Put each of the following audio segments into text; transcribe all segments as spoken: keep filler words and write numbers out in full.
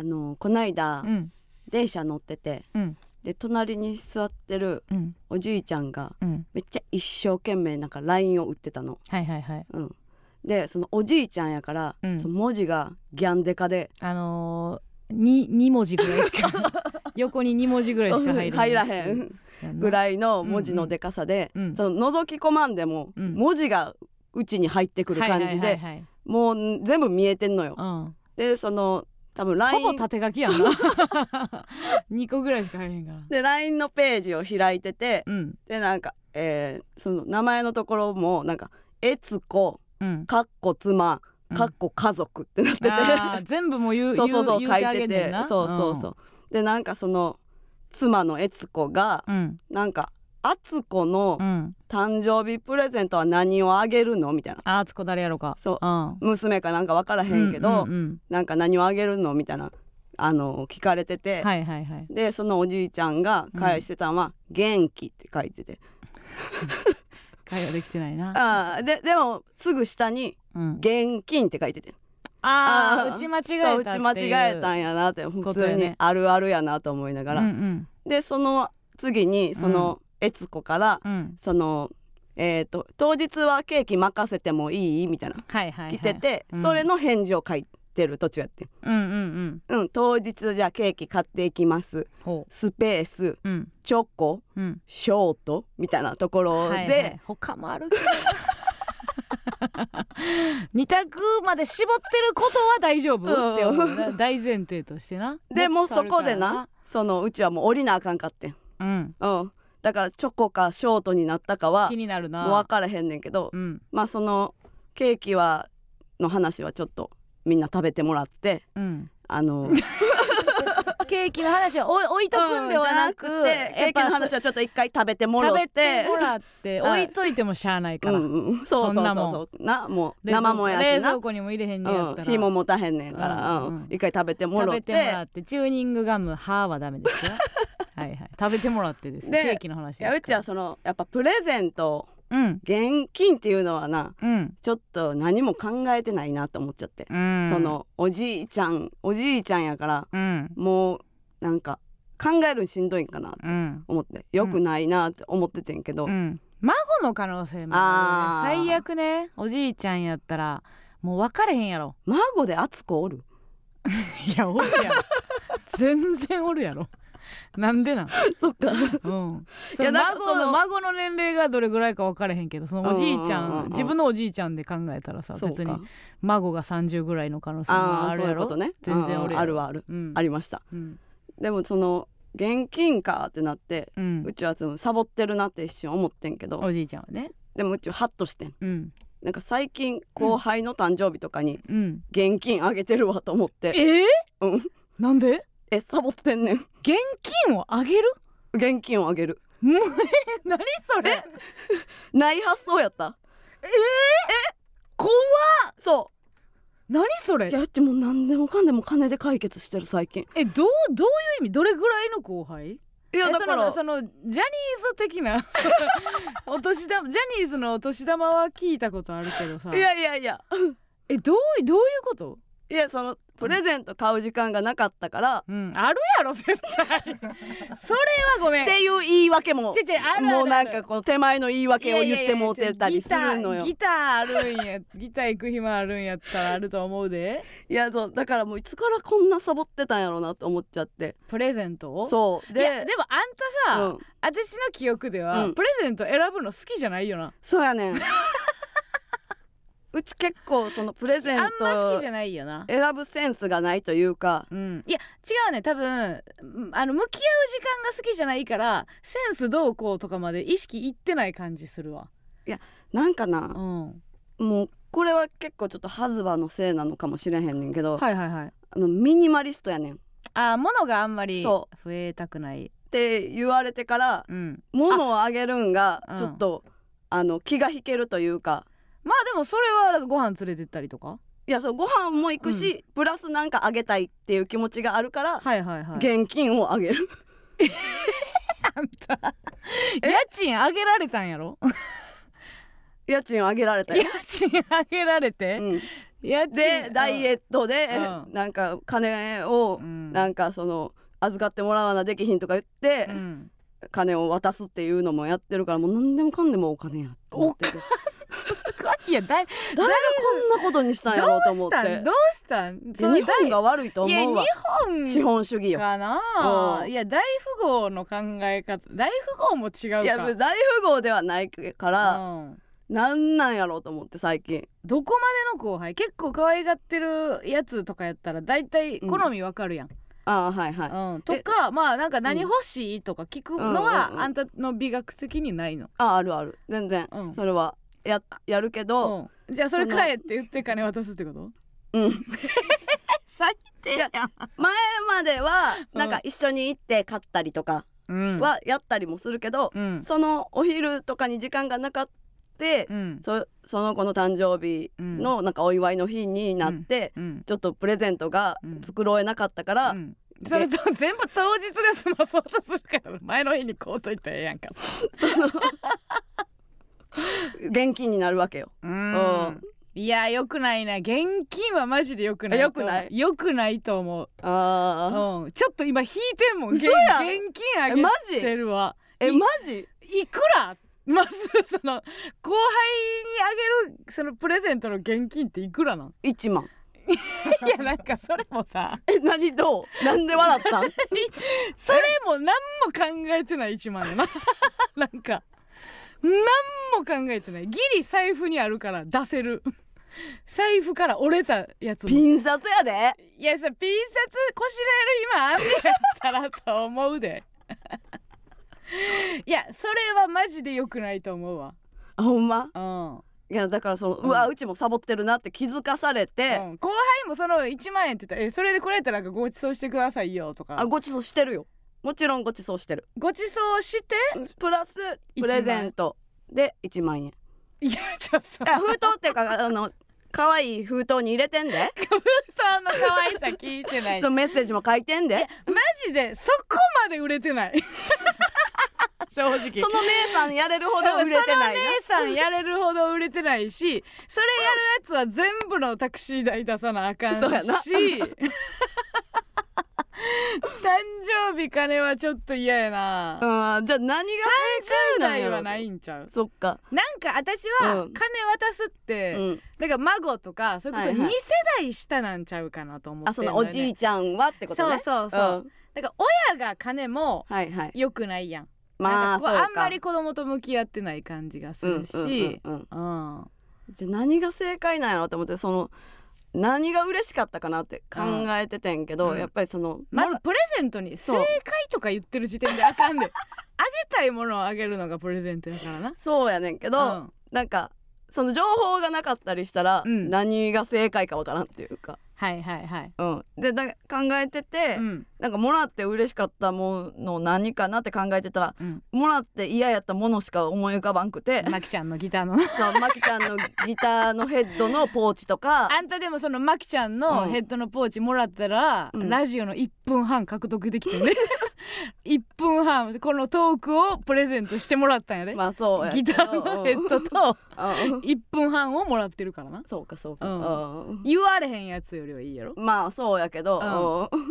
あのこないだ、 うん、 電車乗ってて、 うん、 で隣に座ってるおじいちゃんが、 うん、 めっちゃ一生懸命なんか ライン を打ってたの。 はいはいはい、 うん、でそのおじいちゃんやから、うん、その文字がギャンデカであのー、に, に文字ぐらいしか横にに文字ぐらいしか入らへん入らへんぐらいの文字のでかさで、 うんうん、 その覗き込まんでも、うん、文字がうちに入ってくる感じで、はいはいはいはい、もう全部見えてんのよ、うん、でその多分 ラインほぼ縦書きやんなにこぐらいしか入れへんからで ライン のページを開いてて、 うん、 でなんか、えー、その名前のところもなんかえつこ、かっこ妻かっこ家族ってなってて、うん、 あ全部もう言うそうそうそう言う書いてて、そうそうそう、うん、でなんかその妻のえつこが、うん、なんかあつこの誕生日プレゼントは何をあげるのみたいな、 あつこ誰やろか、 そう、うん、娘かなんか分からへんけど、うんうんうん、なんか何をあげるのみたいなあの聞かれてて、 はいはいはい、 でそのおじいちゃんが返してたのは、うん、元気って書いてて会話できてないなあ で, でもすぐ下に、うん、現金って書いてて、 ああ打ち間違えたっていう、 そう打ち間違えたんやなって普通にあるあるやなと思いながら、うんうん、でその次にその、うんえつこから、うん、そのえー、と当日はケーキ任せてもいいみたいな、はいはいはい、来てて、うん、それの返事を書いてる途中やって、うんうんうんうん、当日じゃあケーキ買っていきます、スペース、うん、チョコ、うん、ショートみたいなところで、はいはい、 他もあるけどに択まで絞ってることは大丈夫って思うな大前提としてな。 でもそこでなそのうちはもう降りなあかんかってん、うんうんだからチョコかショートになったかは気になるな、 もう分からへんねんけど、うん、まあそのケーキはの話はちょっとみんな食べてもらって、うん、あのケーキの話は置いとくんではなく、うん、 じゃなくてケーキの話はちょっと一回食べてもらって食べてもらって置いといてもしゃあないから、うんうん、 そうそうそうそうなもう生もやしな冷蔵庫にも入れへんねやったら、 うん、火も持たへんねんから、うんうん、一回食べてもらって食べてもらってチューニングガム歯はダメですよはいはい、食べてもらってですねケーキの話ですから。 いやうちはそのやっぱプレゼント、うん、現金っていうのはな、うん、ちょっと何も考えてないなと思っちゃって、うん、そのおじいちゃんおじいちゃんやから、うん、もうなんか考えるのしんどいんかなって思って、うん、よくないなって思っててんけど、うん、 孫の可能性もある、ね、最悪ねおじいちゃんやったらもう分かれへんやろ。 孫であつこおるいやおるやろ全然おるやろなんでなんそっか、 うん、その孫の、その孫の年齢がどれぐらいか分からへんけどそのおじいちゃん、うんうんうんうん、自分のおじいちゃんで考えたらさ別に孫がさんじゅうぐらいの可能性もあるやろ。 そういうことね、 全然おるやろ。 あるはある、うん、ありました、うん、でもその現金かってなって、うん、うちはそのサボってるなって一瞬思ってんけどおじいちゃんはね。 でもうちはハッとしてん、うん、なんか最近後輩の誕生日とかに現金あげてるわと思って、 うん、えー、 うん、 なんでえサボってんねん。 現金をあげる現金をあげるもう何それない発想やった。 えー、え怖っ。 そう何それ。 いやうちもう何でもかんでも金で解決してる最近。 えどうどういう意味。どれぐらいの後輩。 いやだからその、そのジャニーズ的なお年玉ジャニーズのお年玉は聞いたことあるけどさ。 いやいやいやえどうどういうこと。 いやそのプレゼント買う時間がなかったから、 うん、あるやろ絶対それはごめんっていう言い訳もちちあるあるあるもうなんかこの手前の言い訳を言ってもうてたりするのよ。 ギターあるんやギター行く暇あるんやったらあると思うで。 いやそうだからもういつからこんなサボってたんやろうなと思っちゃって。 プレゼントを。 そうでいやでもあんたさ、うん、私の記憶では、うん、プレゼント選ぶの好きじゃないよな。 そうやねんうち結構そのプレゼントあんま好きじゃないよな。 選ぶセンスがないというか、 うん、いや違うね多分あの向き合う時間が好きじゃないからセンスどうこうとかまで意識いってない感じするわ。 いやなんかな、うん、もうこれは結構ちょっとハズバのせいなのかもしれへんねんけど、 はいはいはい、 あのミニマリストやねん。 あ物があんまり増えたくないって言われてから、うん、物をあげるんがちょっと あ,、うん、あの気が引けるというか。 まあでもそれはだからご飯連れてったりとか。 いやそうご飯も行くし、うん、プラスなんかあげたいっていう気持ちがあるから、はいはいはい、現金をあげるあんた家賃あげられたんやろ家賃あげられたよ。 家賃あげられて、うん、 家賃でダイエットで、 うん、 なんか金を、うん、なんかその預かってもらわなできひんとか言って、うん、金を渡すっていうのもやってるから、もう何でもかんでもお金やって思ってていやだ誰がこんなことにしたんやろうと思って。 どうしたんどうしたん日本が悪いと思うわ。 いや日本資本主義よかな、うん、いや大富豪の考え方、大富豪も違うか。 いや大富豪ではないから、うん、なんなんやろうと思って最近。 どこまでの後輩結構可愛がってるやつとかやったらだいたい好みわかるやん、うんあはいはい、 うん、とかまあなんか何欲しいとか聞くのは、うんうんうん、あんたの美学的にないの？ ああるある全然、うん、それは や, やるけど、 うん、じゃあそれ買えって言って金渡すってこと？ うん最低やん。 前まではなんか一緒に行って買ったりとかはやったりもするけど、うん、そのお昼とかに時間がなかった、うん、そ, その子の誕生日のなんかお祝いの日になって、うんうん、ちょっとプレゼントが作れなかったから、うん、 それと全部当日で済まそうとするから前の日にこうといったらええやんか現金になるわけよ。 うん、いやよくないな。現金はマジでよくない。 よくないよくないと思う。 あ、 うん、ちょっと今引いてんもん。現金あげてるわ。 えマジいくらまずその後輩にあげるそのプレゼントの現金っていくらなん？ いちまんいやなんかそれもさえ何どうなんで笑ったんそれも何も考えてないいちまんやななんか何も考えてない。ギリ財布にあるから出せる財布から折れたやつもピン札やで。 いやさピン札こしらえる今あんねやったらと思うでいやそれはマジで良くないと思うわ。 あほんま？ うん。 いやだからその、うん、うわうちもサボってるなって気づかされて、 うん、後輩もそのいちまんえんって言ったらえそれでこれやったらごちそうしてくださいよとか。 あごちそうしてるよ。もちろんごちそうしてる。 ごちそうしてプラスプレゼントでいちまんえん。 いやちょっと封筒っていうかあの可愛い封筒に入れてんで封筒の可愛さ聞いてないそのメッセージも書いてんで。 マジでそこまで売れてない正直その姉さんやれるほど売れてないな。 その姉さんやれるほど売れてないしそれやるやつは全部のタクシー代出さなあかんしそうやな誕生日金はちょっと嫌やな。 あじゃあ何が正解なんやろ。 さんじゅう代はないんちゃう。 そっかなんか私は金渡すって、うん、だから孫とかそれこそに世代下なんちゃうかなと思って、ね、 あそのおじいちゃんはってことね。 そうそうそう、うん、だから親が金も良くないやん、はいはい、まあそうかあんまり子供と向き合ってない感じがするし、うんうんうんうん、 じゃあ何が正解なんやろと思ってその何が嬉しかったかなって考えててんけど、うん、やっぱりそのまずプレゼントに正解とか言ってる時点であかんであげたいものをあげるのがプレゼントやからな。 そうやねんけど、うん、なんかその情報がなかったりしたら、うん、何が正解かわからんっていうかはいはいはい、 うん、でだ考えてて、うん、なんかもらって嬉しかったもの何かなって考えてたら、うん、もらって嫌やったものしか思い浮かばんくてマキちゃんのギターのそうマキちゃんのギターのヘッドのポーチとかあんたでもそのマキちゃんのヘッドのポーチもらったら、うん、ラジオのいっぷんはん獲得できてねいっぷんはんこのトークをプレゼントしてもらったんやで、 まあそうやギターのヘッドといっぷんはんをもらってるからな。 そうかそうか、 うん、言われへんやつよりはいいやろ。 まあそうやけど、 うん、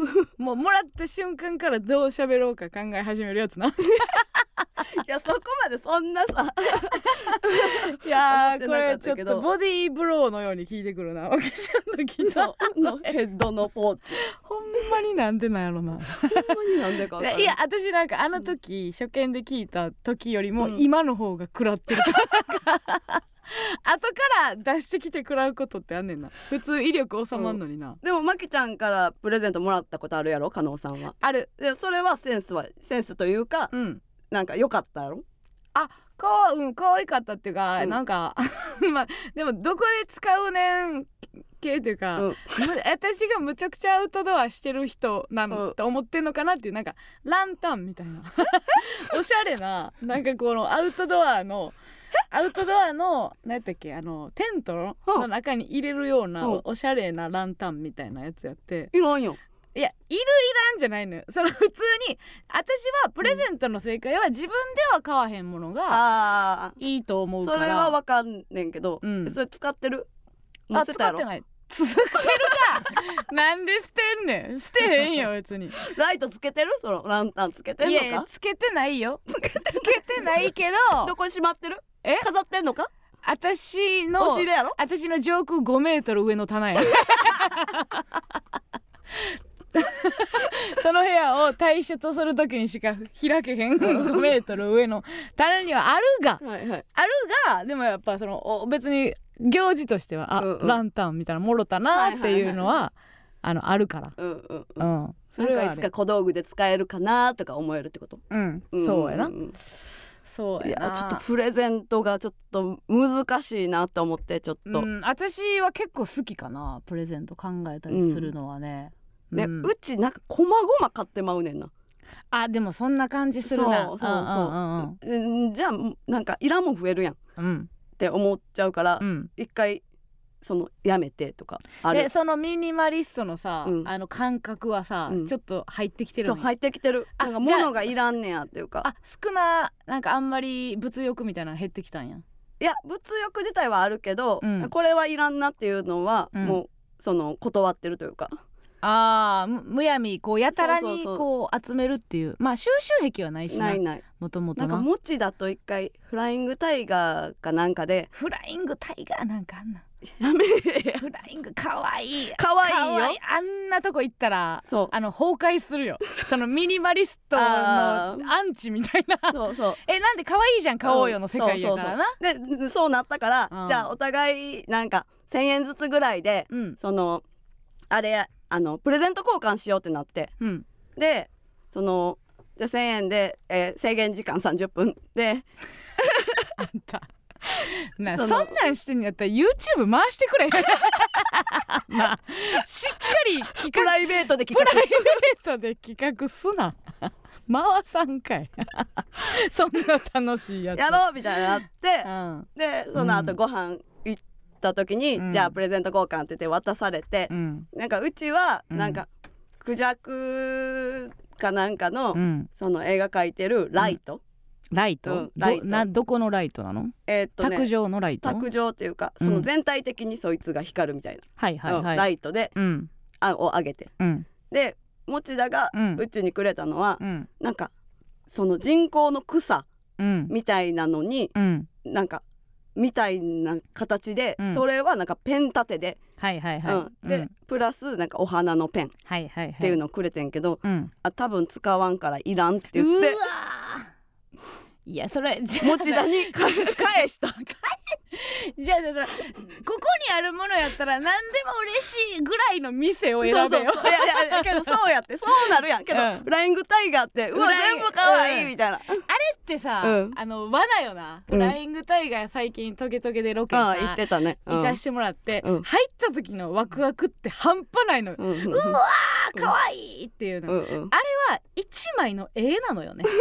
もうもらった瞬間からどう喋ろうか考え始めるやつないやそこまでそんなさいやこれちょっとボディーブローのように聞いてくるなマキちゃんのギターのヘッドのポーチほんまになんでなんやろなほんまになんでか分からん。 いや私なんかあの時、うん、初見で聞いた時よりも今の方が食らってるから、うん後から出してきて食らうことってあんねんな。普通威力収まんのにな、 うん、でもマキちゃんからプレゼントもらったことあるやろ加納さんは。 ある。 でそれはセンスはセンスというか、うん、なんか良かったやろ。 あかわ、うん、可愛かったっていうか、うん、なんかまあでもどこで使うねん系っていうか、うん、私がむちゃくちゃアウトドアしてる人なんと思ってんのかなっていうなんかランタンみたいなおしゃれななんかこのアウトドアのアウトドアの何やったっけあのテントの中に入れるようなおしゃれなランタンみたいなやつやっていらんよ。 いやいるいらんじゃないのよ。その普通に私はプレゼントの正解は自分では買わへんものがいいと思うから、 それはわかんねんけど、うん、それ使ってる？ あ使ってない続けるかなんで捨てんねん。捨てへんよ別に。 ライトつけてる？そのランタンつけてんのか？ いやいやつけてないよ。つけてないけどどこにしまってる？ え飾ってんのか？ 私の押し入れやろ？ 私の上空ごメートル上の棚やその部屋を退出するときにしか開けへんごメートル上の棚にはあるが、 はいはい、 あるがでもやっぱその別に行事としてはあ、うんうん、ランタンみたいなもろたなっていうのは、はいはいはい、あのあるから、うんうんうんうん、 それはいつか小道具で使えるかなとか思えるってこと？ うん、うん、そうやな、うん、そうやな。 いやちょっとプレゼントがちょっと難しいなと思ってちょっと、うん、 私は結構好きかなプレゼント考えたりするのはね、 うんで、うん、うちなんかこまごま買ってまうねんな。 あでもそんな感じするな。 そうそうそう、うんうんうん、じゃあなんかいらんもん増えるやん、うん、って思っちゃうから、うん、一回そのやめてとかある。 でそのミニマリストのさ、うん、あの感覚はさ、うん、ちょっと入ってきてるの。 そう入ってきてる。なんか物がいらんねやっていうか、 あ少ななんかあんまり物欲みたいなの減ってきたんや。 いや物欲自体はあるけど、うん、これはいらんなっていうのは、うん、もうその断ってるというか。 あーむやみこうやたらにこう集めるっていう、まあ収集癖はないしな。 ないない。 もともとな。 なんかもちだと一回フライングタイガーかなんかで。 フライングタイガーなんかあんな。 やめえ。 フライングかわいい。 かわいいよ。 かわいい。あんなとこ行ったらそうあの崩壊するよ。そのミニマリストのアンチみたいな。そうそう。えなんでかわいいじゃん買おうよの世界やからな。 うん、そうそうそうでそうなったから、うん、じゃあお互いなんかせんえんずつぐらいで、うん、そのあれあのプレゼント交換しようってなって、うん、でそのじゃあせんえんで、えー、制限時間さんじゅっぷんであんたな そ, そんなんしてんやったら YouTube 回してくれまあしっかり企画プライベートで企画プライベートで企画すな回さんかいそんな楽しいやつやろうみたいになって、うん、でその後ご飯行った時に、うん、じゃあプレゼント交換って言って渡されて、うん、なんかうちはなんか、うん、クジャクかなんかの、うん、その映画描いてるライト、うんライト、うん、ライト ど, などこのライトなの？えーっとね、卓上のライト？ 卓上っていうかその全体的にそいつが光るみたいな、 はいはいはい、 ライトで、うん、あを上げて、うん、で持田がうちにくれたのは、うん、なんかその人工の草みたいなのに、うん、なんかみたいな形で、うん、それはなんかペン立てで、はいはいはいうん、で、うん、プラスなんかお花のペンっていうのをくれてんけど、はいはいはい、あ多分使わんからいらんって言って、うわいやそれ持田に返したじゃあじゃあここにあるものやったら何でも嬉しいぐらいの店を選べよ。そうそうそういやいやけどそうやってそうなるやんけど、うん、フライングタイガーってうわ全部かわいいみたいな、うん、 あれってさ、うん、あの罠よな、うん、フライングタイガー最近トゲトゲでロケさ行ってたね、うん、 行かしてもらって、うん、入った時のワクワクって半端ないのよ、うん、うわーかわいいっていうの、うんうん、あれはいちまいの絵なのよね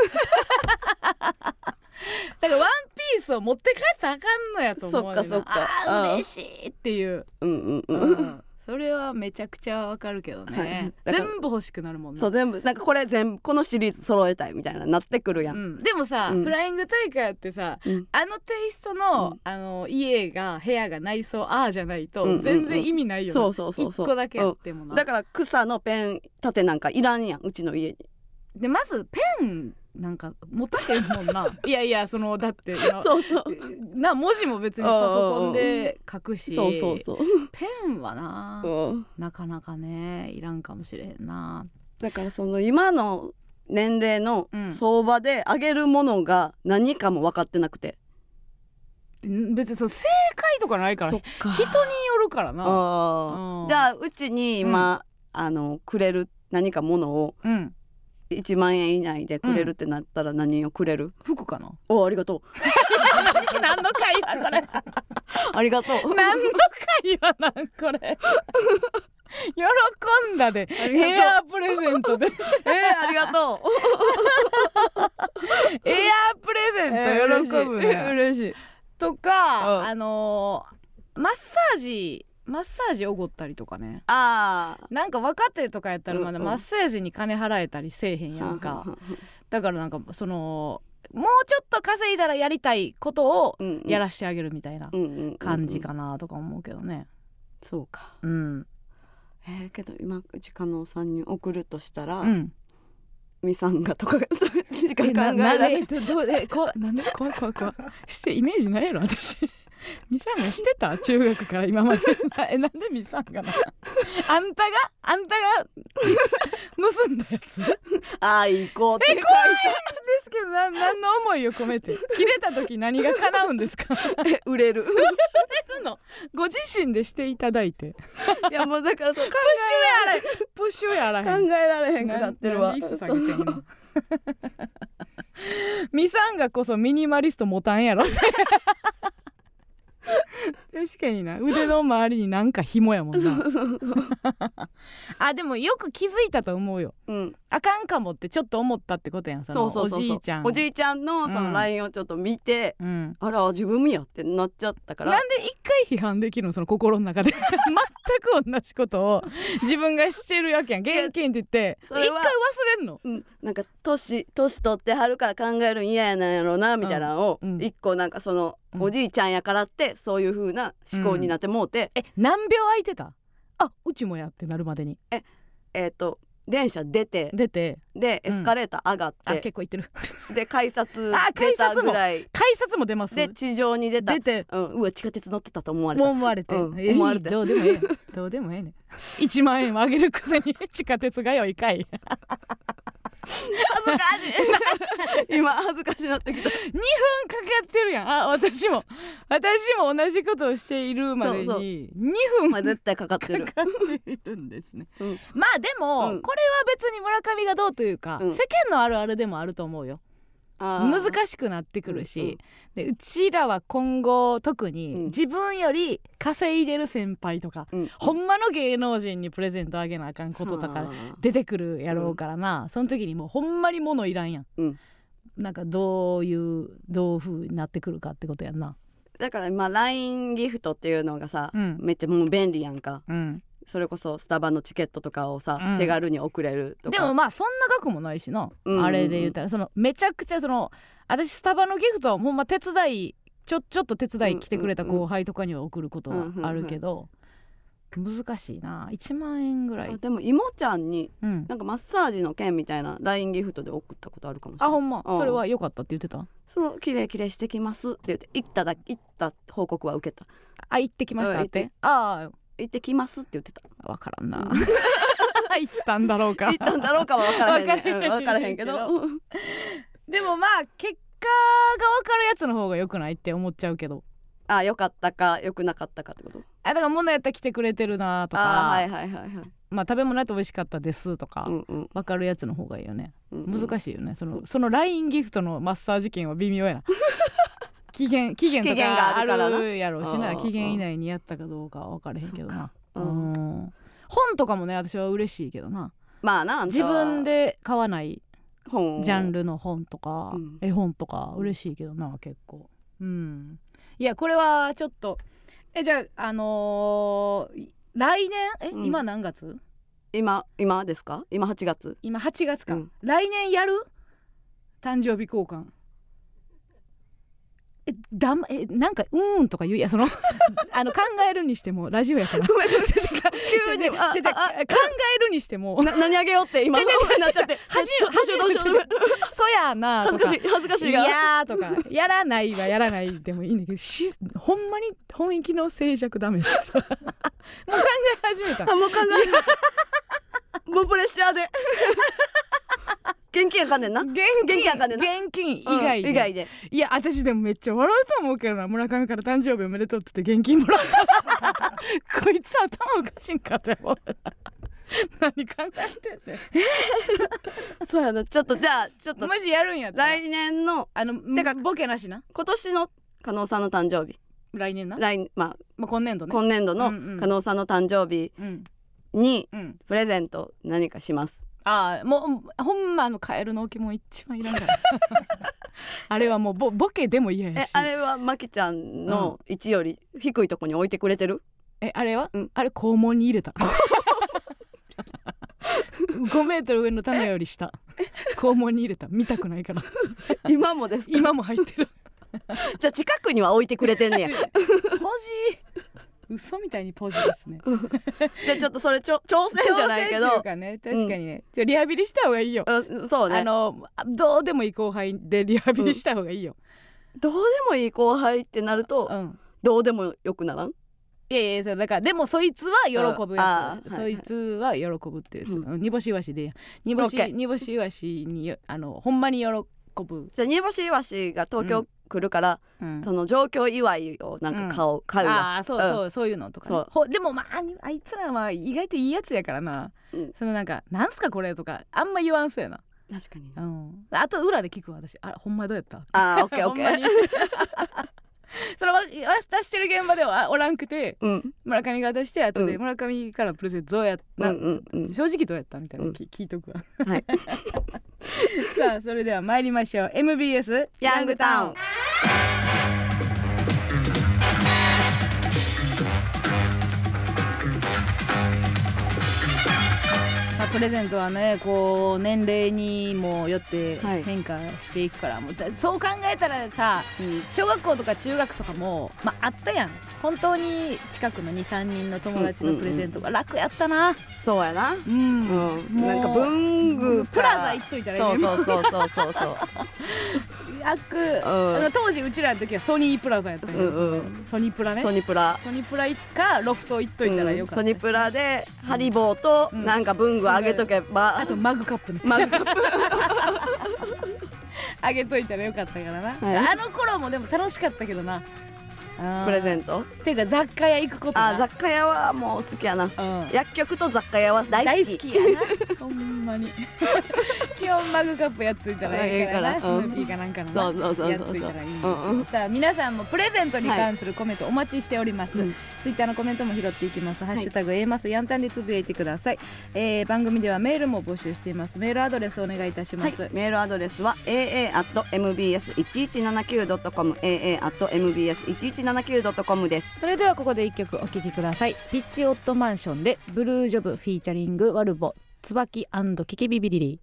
だからワンピースを持って帰ったらあかんのやと思う。 そっかそっかあー嬉しいっていう、うんうんうんうん、それはめちゃくちゃわかるけどね、はい、全部欲しくなるもんね。 そう全部なんかこれ全部このシリーズ揃えたいみたいななってくるやん、うん、 でもさ、うん、フライングタイガーってさ、うん、あのテイストの、うん、あの家が部屋が内装ああじゃないと全然意味ないよね、うんうんうん、そうそうそうそういっこだけあってもな、 うん、だから草のペン立てなんかいらんやんうちの家に。 でまずペンなんか持たへんもんないやいやそのだってそうそうな文字も別にパソコンで書くしそうそうそうペンはななかなかねいらんかもしれへんな。 だからその今の年齢の相場であげるものが何かも分かってなくて、 うん、別にそう正解とかないから人によるからな。 あ、うん、じゃあうちに今、うん、あのくれる何かものを、うんいちまんえん以内でくれるってなったら何をくれる？うん、 服かな。 おありがとう何の会話これありがとう何の会話なんこれ喜んだでエアープレゼントでえー、 ありがとうエアープレゼント喜ぶね、えー、 嬉しい、嬉しいとか、うん、あのー、マッサージマッサージおごったりとかね。あなんか若手とかやったらまだマッサージに金払えたりせえへんやんか、うんうん、だからなんかそのもうちょっと稼いだらやりたいことをやらしてあげるみたいな感じかなとか思うけどね。 そうか。 うんえー、けど今うち加納さんに送るとしたら、 うんミサンガとかしか考えられない。 えどどえこなんで怖い怖い怖いしてイメージないやろ私ミサンガしてた中学から今までえなんでミサンガなあんたがあんたが結んだやつあー行こうってえ怖いんですけどな何の思いを込めて切れた時何が叶うんですかえ売れる売れるのご自身でしていただいていやもうだからそう考プッシュやらへんプッシュやらへんえられへんくなってるわ。 椅子下げてんのミサンガこそミニマリスト持たんやろ確かにな腕の周りになんか紐やもんなそうそうそうあでもよく気づいたと思うよ、うん、あかんかもってちょっと思ったってことやん。そのそうそうそうそうおじいちゃんおじいちゃんのその ライン をちょっと見て、うん、あら自分やってなっちゃったから。 なんで一回批判できるのその心の中で全く同じことを自分がしてるわけやん現金って言って一回忘れんの、 うん、なんか年年取ってはるから考えるん嫌やなんやろうなみたいなのを、うんうん、一個なんかそのおじいちゃんやからってそういう風な思考になってもうて、 うん、え何秒空いてたあうちもやってなるまでにええー、と電車出て出てでエスカレーター上がって、 うん、あ結構行ってるで改札出たぐらい改札も出ますで地上に出た出て、 うん、うわ地下鉄乗ってたと思われた思われて、うん、 思われてどうでもええどうでもええねいちまんえんをあげるくせに地下鉄がよいかい恥ずかしい今恥ずかしいなってきた。にふんかかってるやん。あ私も私も同じことをしているまでにそうそうにふん、 まあ、絶対かかってるかかっているんですね、うん、まあでも、うん、これは別に村上がどうというか、うん、世間のあるあるでもあると思うよ。難しくなってくるし、うんうん、でうちらは今後特に自分より稼いでる先輩とか、うん、ほんまの芸能人にプレゼントあげなあかんこととか出てくるやろうからな、うん、その時にもうほんまに物いらんやん、うん、なんかどういうどういう風になってくるかってことやんな。 だから今 ライン ギフトっていうのがさ、うん、めっちゃもう便利やんか、うんそれこそスタバのチケットとかをさ、うん、手軽に送れるとか。 でもまあそんな額もないしな、うんうんうん、あれで言ったらそのめちゃくちゃその私スタバのギフトはほんま手伝いちょちょっと手伝い来てくれた後輩とかには送ることはあるけど、うんうんうん、難しいないちまんえんぐらい。 でも妹ちゃんに、うん、なんかマッサージの券みたいな ライン ギフトで送ったことあるかもしれない。あほんま、うん、それは良かったって言ってた。 それきれいきれいしてきますって言って行っただ行った報告は受けた。 あ行ってきましたって。ああ行ってきますって言ってた。 分からんな行ったんだろうか行ったんだろうかは分からへん、ね、分からへん、分からへんけどでもまあ結果が分かるやつの方が良くないって思っちゃうけど。 あ良かったか良くなかったかってこと。 あだから物やったら来てくれてるなとかあはいはいはいはいまあ食べ物やったら美味しかったですとか、うんうん、分かるやつの方がいいよね、うんうん、難しいよねそのその ライン ギフトのマッサージ券は微妙やな期限期限とかあるやろうしな期限以内にやったかどうかは分からへんけどな、うん、本とかもね私は嬉しいけどな。 まあな自分で買わないジャンルの本とか、うん、絵本とか嬉しいけどな結構。うんいやこれはちょっとえじゃああのー、来年え、うん、今何月？ 今今ですか？今はちがつ今はちがつか、うん、来年やる誕生日交換えだまえなんかうーんとか言うやそのあの考えるにしてもラジオやから急に考えるにしてもな何あげようって今なっちゃってはじめどうしようどうしようそやな恥ずかしい恥ずかしいがいやーとかやらないはやらないでもいいんだけどしほんまに本意気の静寂ダメですもう考え始めたもう考え始めたもうプレッシャーで現金あかんねんな現金あかんねんな現金以外で、うん、以外でいや私でもめっちゃ笑うと思うけどな村上から誕生日おめでとうって言って現金もらったこいつ頭おかしいんかって思う何考えてんねんそうやなちょっとじゃあちょっとマジやるんやったら来年のあのてかボケなしな今年の加納さんの誕生日来年な来、まあ、 まあ今年度ね今年度の加納さんの誕生日にプレゼント何かします、 うんああもうほんまあのカエルの置物一番いらんからあれはもう ボ, ボケでも嫌やしえあれはマキちゃんの位置より低いとこに置いてくれてる、 うん、えあれは、うん、あれ肛門に入れたごメートル上の棚より下肛門に入れた見たくないから今もですか今も入ってるじゃあ近くには置いてくれてんねや欲しい嘘みたいにポジですねじゃあちょっとそれちょ挑戦じゃないけど、挑戦っていうかね、確かにね、うん、じゃリハビリした方がいいよ。 そうね、 あのどうでもいい後輩でリハビリした方がいいよ、 うん、どうでもいい後輩ってなると、うん、どうでもよくならん。 いやいや、だからでもそいつは喜ぶやつ、そいつは喜ぶってやつ、うん、煮干しイワシで煮干し煮干しイワシにあのほんまに喜ぶ。 じゃあ煮干しイワシが東京来るから、うん、その上京祝いをなんか買う、うん、買うわ。 あそうそう、うん、そういうのとか、ね、ほでもまああいつらは意外といいやつやからな、うん、そのなんかなんすかこれとかあんま言わんそうやな。 確かに、 うん、あと裏で聞くわ私、あほんまどうやった。 あオッケーオッケーその出してる現場ではおらんくて、うん、村上が出して後で村上からプレゼントどうやった、うんうんうん、正直どうやったみたいなの、うん、聞いとくわ、はい、さあそれでは参りましょう。 エムビーエスヤングタウン。 プレゼントはねこう年齢にもよって変化していくから、はい、もうそう考えたらさ、うん、小学校とか中学とかも、まあ、あったやん。本当に近くの にさんにんの友達のプレゼントが楽やったな、うんうんうん、 そうやな、 うん、 うん、なんか文具プラザ行っといたらいいね。 そうそうそうそうそう楽、うん、あの当時うちらの時はソニープラザやったんや、うんうん、ソニプラね。 ソニプラソニプラかロフト行っといたらよかった、 うん、ソニプラでハリボーとなんか文具あげとけば、 うん、あとマグカップねマグカップあげといたらよかったからな、はい、あの頃もでも楽しかったけどなプレゼントっていうか雑貨屋行くことな。 あ雑貨屋はもう好きやな、うん、薬局と雑貨屋は大好き大好きやなほんまに基本マグカップやっといたらいいからな、スヌーピーかなんかのな、 そうそうそうそうやっといたらいいんです、うんうん、さあ皆さんもプレゼントに関するコメントお待ちしております、はい、ツイッターのコメントも拾っていきます、ハッシュタグ A マスヤンタンでつぶやいてください、えー、番組ではメールも募集しています。メールアドレスお願いいたします、 はい、メールアドレスは エーエー アット エムビーエス いちいちななきゅう ドット コム エーエー アット エムビーエス いちいちななきゅう ドット コムです。 それではここでいっきょくお聴きください。ピッチオットマンションでブルージョブフィーチャリングワルボ椿&キキビビリリ。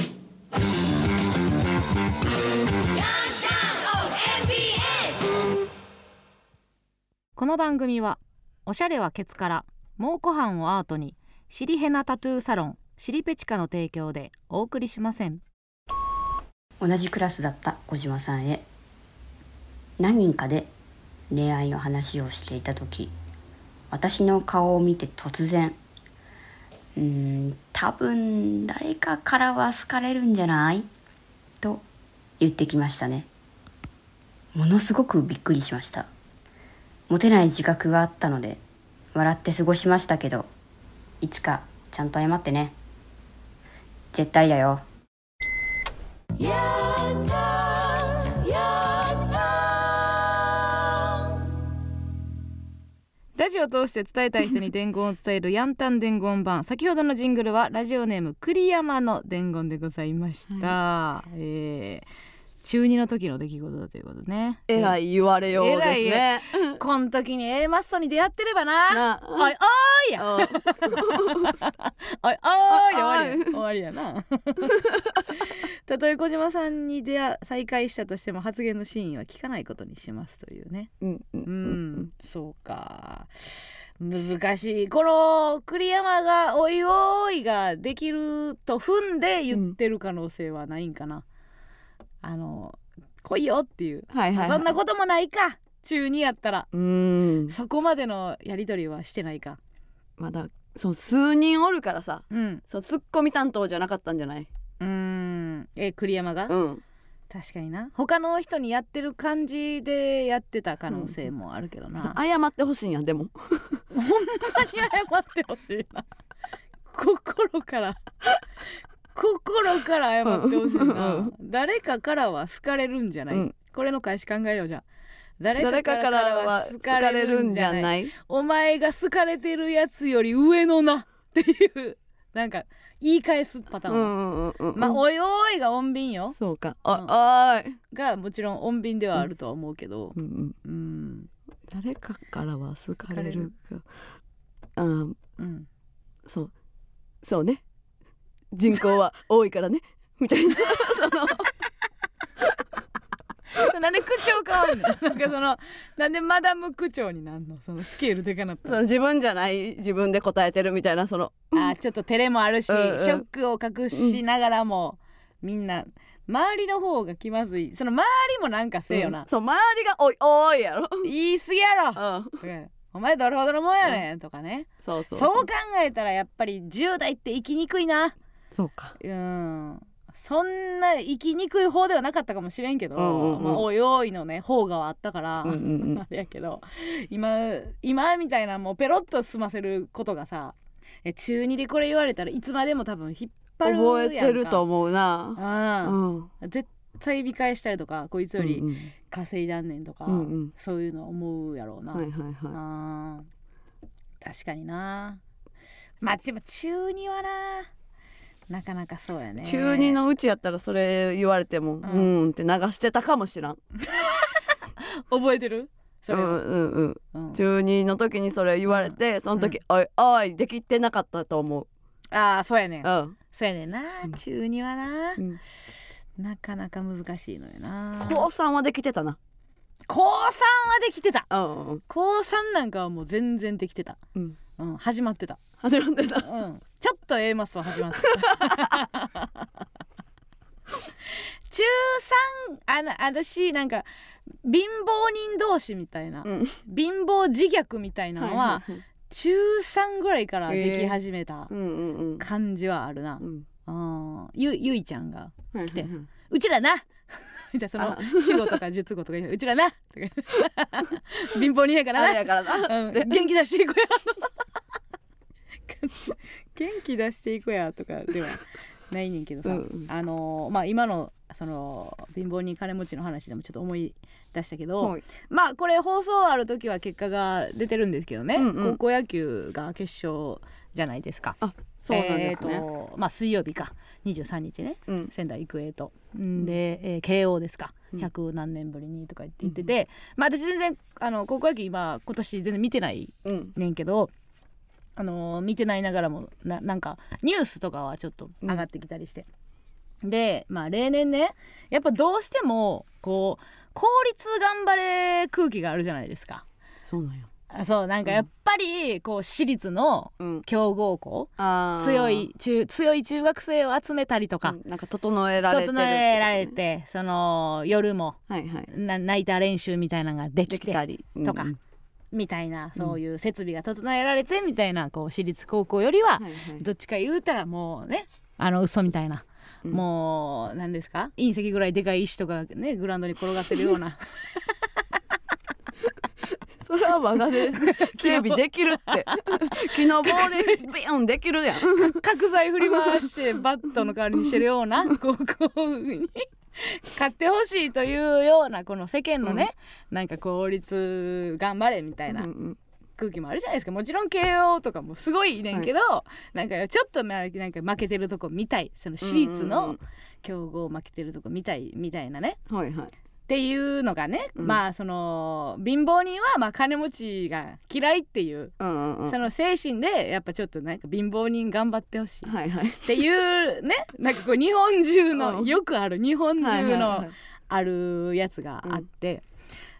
この番組はおしゃれはケツから蒙古斑をアートにシリヘナタトゥーサロンシリペチカの提供でお送りしません。 同じクラスだった小島さんへ。何人かで恋愛の話をしていた時、私の顔を見て突然、うーん多分誰かからは好かれるんじゃないと言ってきましたね。ものすごくびっくりしました。モテない自覚があったので笑って過ごしましたけど、いつかちゃんと謝ってね。絶対だよ。 ラジオを通して伝えたい人に伝言を伝えるヤンタン伝言版。先ほどのジングルはラジオネーム栗山の伝言でございました、はい、えー、中にの時の出来事だということね。 えらい言われようですね。 こん時に A マッソに出会ってればな、なおいおーいやおいおーいで終わりや終わりやなたとえ小島さんに出会再会したとしても発言のシーンは聞かないことにしますというね。うん、うんうん、そうか難しい。この栗山がおいおいができると踏んで言ってる可能性はないんかな、うん、あの来いよっていう、はいはいはい、そんなこともないか。中にやったらうーんそこまでのやり取りはしてないか。 まだそう数人おるからさ、うん、そうツッコミ担当じゃなかったんじゃない。 うーんえ栗山が、うん、確かにな。他の人にやってる感じでやってた可能性もあるけどな、 うん、謝ってほしいんや。でもほんまに謝ってほしいな心から心から謝ってほしいな、うん、誰かからは好かれるんじゃない、うん、これの返し考えよう。じゃあ誰かからは好かれるんじゃない、お前が好かれてるやつより上のなっていうなんか言い返すパターン、うんうんうんうん、まあおいおいが穏便よ。 そうか、 うん、 おいがもちろん穏便ではあるとは思うけど、うんうんうん、誰かからは好かれるか、あ、うん、そうそうね、人口は多いからねみたいなそのなんで口調変わんねんなんかそのなんでマダム口調になんのそのスケールでかなったその自分じゃない自分で答えてるみたいなそのあちょっと照れもあるし、うんうん、ショックを隠しながらも、うん、みんな周りの方が気まずいその周りもなんかせえよな、うん、 そう周りがおいおいやろ言い過ぎやろ、うん、お前どれほどのもんやねん、うん、とかねそうそうそうそう考えたらやっぱりじゅう代って生きにくいなそうかうんそんな生きにくい方ではなかったかもしれんけど、うんうんうんまあ、おいおいのね方がはあったから、うんうんうん、あれやけど今今みたいなもうペロッと済ませることがさ中にでこれ言われたらいつまでも多分引っ張るやんか覚えてると思うな、 うんうん、絶対見返したりとかこいつより稼いだんねんとか、うんうん、そういうの思うやろうな、 はいはいはい、 あ確かになまあでも中にはななかなかそうやね中にのうちやったらそれ言われても、うん、うんって流してたかもしらん覚えてるそれ、うんうんうんうん、中にの時にそれ言われて、うん、その時、うん、おいおいできてなかったと思うああそうやねん、 うん、 そうやねんな、うん、中にはな、うん、なかなか難しいのよな高さんはできてたな高さんはできてた、 うんうん、 高さんなんかはもう全然できてた、うんうん、始まってた始まってた、 うん、ちょっと A マスは始まってた中さんあの私なんか貧乏人同士みたいな、うん、貧乏自虐みたいなのは、はいはいはい、中さんぐらいからでき始めた感じはあるな、えーうんうん、あゆ, ゆいちゃんが来て、はいはいはい、うちらなみたいなその主語とか述語とかうちらな貧乏人やからな、 やからな、 うん、元気出していこうや元気出していこうやとかではないねんけどさ、うんうん、あのー、まあ今のその貧乏人金持ちの話でもちょっと思い出したけど、はい、まあこれ放送ある時は結果が出てるんですけどね、うんうん、高校野球が決勝じゃないですか。 あそうなんですね、 えーとまあ、水曜日かにじゅうさんにちね、うん、仙台育英とんで、えー、慶応ですか、うん、ひゃくなんねんぶりにとか言って言ってて、うんまあ、私全然あの高校野球今今年全然見てないねんけど、うんあのー、見てないながらも な, なんかニュースとかはちょっと上がってきたりして、うん、でまあ例年ねやっぱどうしてもこう公立頑張れ空気があるじゃないですか。 そうなんや。 そうなんかやっぱりこう私立の強豪校、うん、強い中強い中学生を集めたりとか、 うん、なんか整えられてる、ね、 整えられてその夜も、はいはい、なナイター練習みたいなのができてできたり、うん、 とかみたいなそういう設備が整えられてみたいなこう私立高校よりはどっちか言うたらもうねあの嘘みたいな、うん、もう何ですか隕石ぐらいでかい石とかねグラウンドに転がってるようなそれは我がで整備できるって木の棒でビヨンできるやん角材振り回してバットの代わりにしてるような高校に買ってほしいというようなこの世間のね、うん、なんか公立頑張れみたいな空気もあるじゃないですか。もちろん慶応とかもすごいねんけど、はい、なんかちょっとなんか負けてるとこ見たいその私立の強豪負けてるとこ見たいみたいなね、 はいはいっていうのがね、うん、まあその貧乏人はまあ金持ちが嫌いっていう、うんうんうん、その精神でやっぱちょっとなんか貧乏人頑張ってほしいっていうね、なんかこう日本中の、うん、よくある日本中のあるやつがあって、はいはいはい、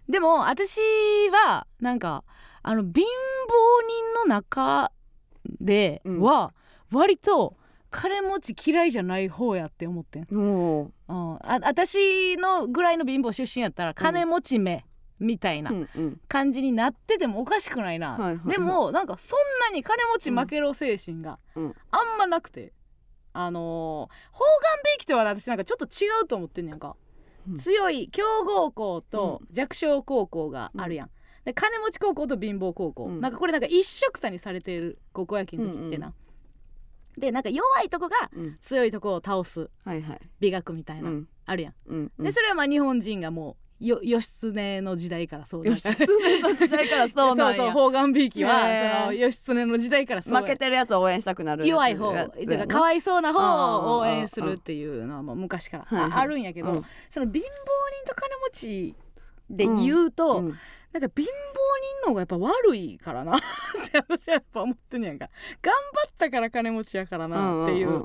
でも私はなんかあの貧乏人の中では割と金持ち嫌いじゃない方やって思ってん、うん、あ私のぐらいの貧乏出身やったら金持ち目みたいな感じになっててもおかしくないな、うんうん、でもなんかそんなに金持ち負けろ精神があんまなくて、あのー、方眼ベイキとは私なんかちょっと違うと思ってんねんか、うん、強い強豪校と弱小高校があるやん、で金持ち高校と貧乏高校、うん、なんかこれなんか一緒くたにされてる高校野球の時ってな、うんうんでなんか弱いとこが強いとこを倒す美学みたいな、うん、あるやん、うんうん、でそれはまあ日本人がもうよ義経の時代からそう義経の時代からそうなんやそうそう方眼びいきはその義経の時代からそう負けてるやつを応援したくなる弱い方だからかわいそうな方を応援するっていうのはもう昔から あ, あるんやけど、うん、その貧乏人と金持ちで言うと、うんうんなんか貧乏人の方がやっぱ悪いからなって私はやっぱ思ってんねやんか。頑張ったから金持ちやからなっていう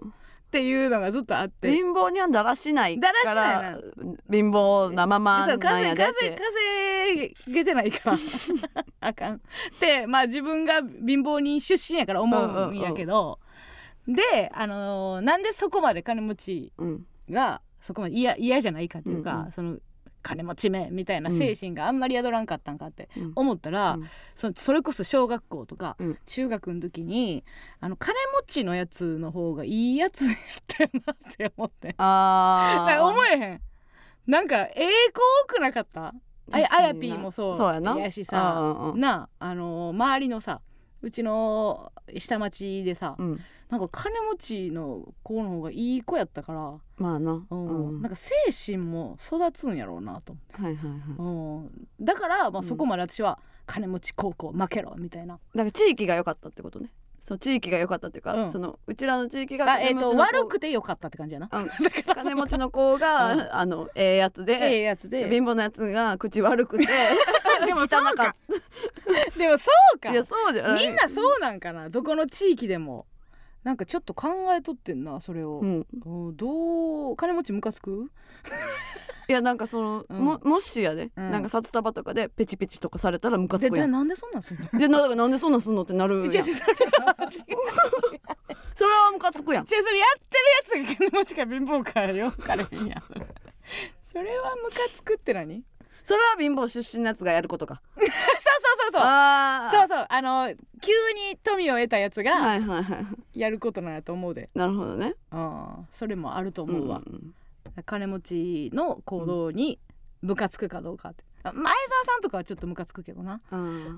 っていうのがずっとあって、 貧乏にはだらしないから貧乏なままなんやでって、 稼げてないからあかんってまあ自分が貧乏人出身やから思うんやけど、うんうんうん、で、あのー、なんでそこまで金持ちがそこまで嫌じゃないかっていうか、うんうん、その金持ちめみたいな精神があんまり宿らんかったんかって思ったら、うん、そ, それこそ小学校とか中学の時に、うん、あの金持ちのやつの方がいいやつやったよなって思って、あ思えへん、なんかええ子多くなかった？あやぴーもそうそうやなやしさ、なあの周りのさうちの下町でさ、うん、なんか金持ちの子の方がいい子やったから、 まあな、 うんうん、なんか精神も育つんやろうなと思って、 はいはいはい、 うん、だから、まあ、そこまで私は金持ち高校負けろみたいな、 だから地域が良かったってことね。そう地域が良かったっていうか、うん、そのうちらの地域が金持ちの子、 えー、と悪くて良かったって感じやな、 うん、金持ちの子が、うん、あのええやつで、 ええやつで貧乏なやつが口悪くてでもそうかでもそうか、 いやそうじゃない、 みんなそうなんかな、どこの地域でもなんかちょっと考えとってんなそれを、うん、どう金持ちムカつくいやなんかその、うん、も, もしやで、うん、なんか札束とかでペチペチとかされたらムカつくやん。 でなんでそんなんすんの？ で な, なんでそんなんすんのってなるやん。違う違うそれはそれはムカつくやん。 違うそれやってるやつが金持ちか貧乏かよかれへんやんそれはムカつくって何？ それは貧乏出身のやつがやることかそうそうそうそうあそうそうあの急に富を得たやつがやることなんやと思うで、 なるほどね、 あそれもあると思うわ、うんうん、金持ちの行動にムカつくかどうかって、前澤さんとかはちょっとムカつくけどな、うん、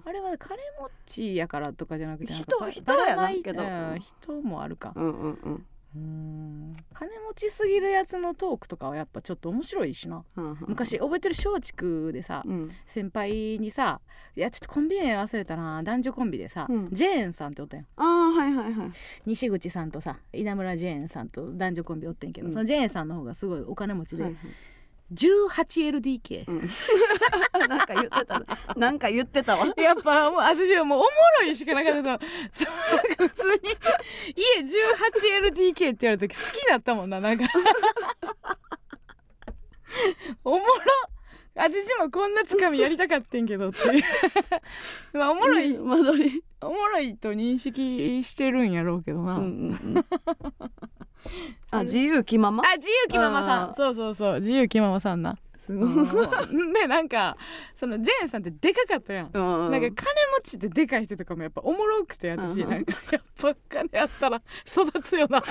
あれは金持ちやからとかじゃなくて人人やなけど、うん、 人もあるか、 うんうんうん、 うーん金持ちすぎるやつのトークとかはやっぱちょっと面白いしな、うんうん、昔覚えてる松竹でさ、うん、先輩にさいやちょっとコンビ名忘れたな、男女コンビでさ、うん、ジェーンさんっておったやん、 あーはいはいはい、 西口さんとさ稲村ジェーンさんと男女コンビおってんけど、うん、そのジェーンさんの方がすごいお金持ちで、はいはい、じゅうはちエルディーケー、うん、 なんか言ってたなんか言ってたわやっぱもう私はもうおもろいしかなかったの普通に家 じゅうはちエルディーケー って言われた時好きだったもんな、なんかおもろ私もこんなつかみやりたかったんけどってまあおもろい間取りおもろいと認識してるんやろうけどな、うんうんうんあ自由気ままあ自由気ままさん、そうそうそう自由気ままさんな、すごいでなんかそのジェーンさんってでかかったやん、うんうん、なんか金持ちってでかい人とかもやっぱおもろくて私、うんうん、なんかやっぱ金あったら育つよな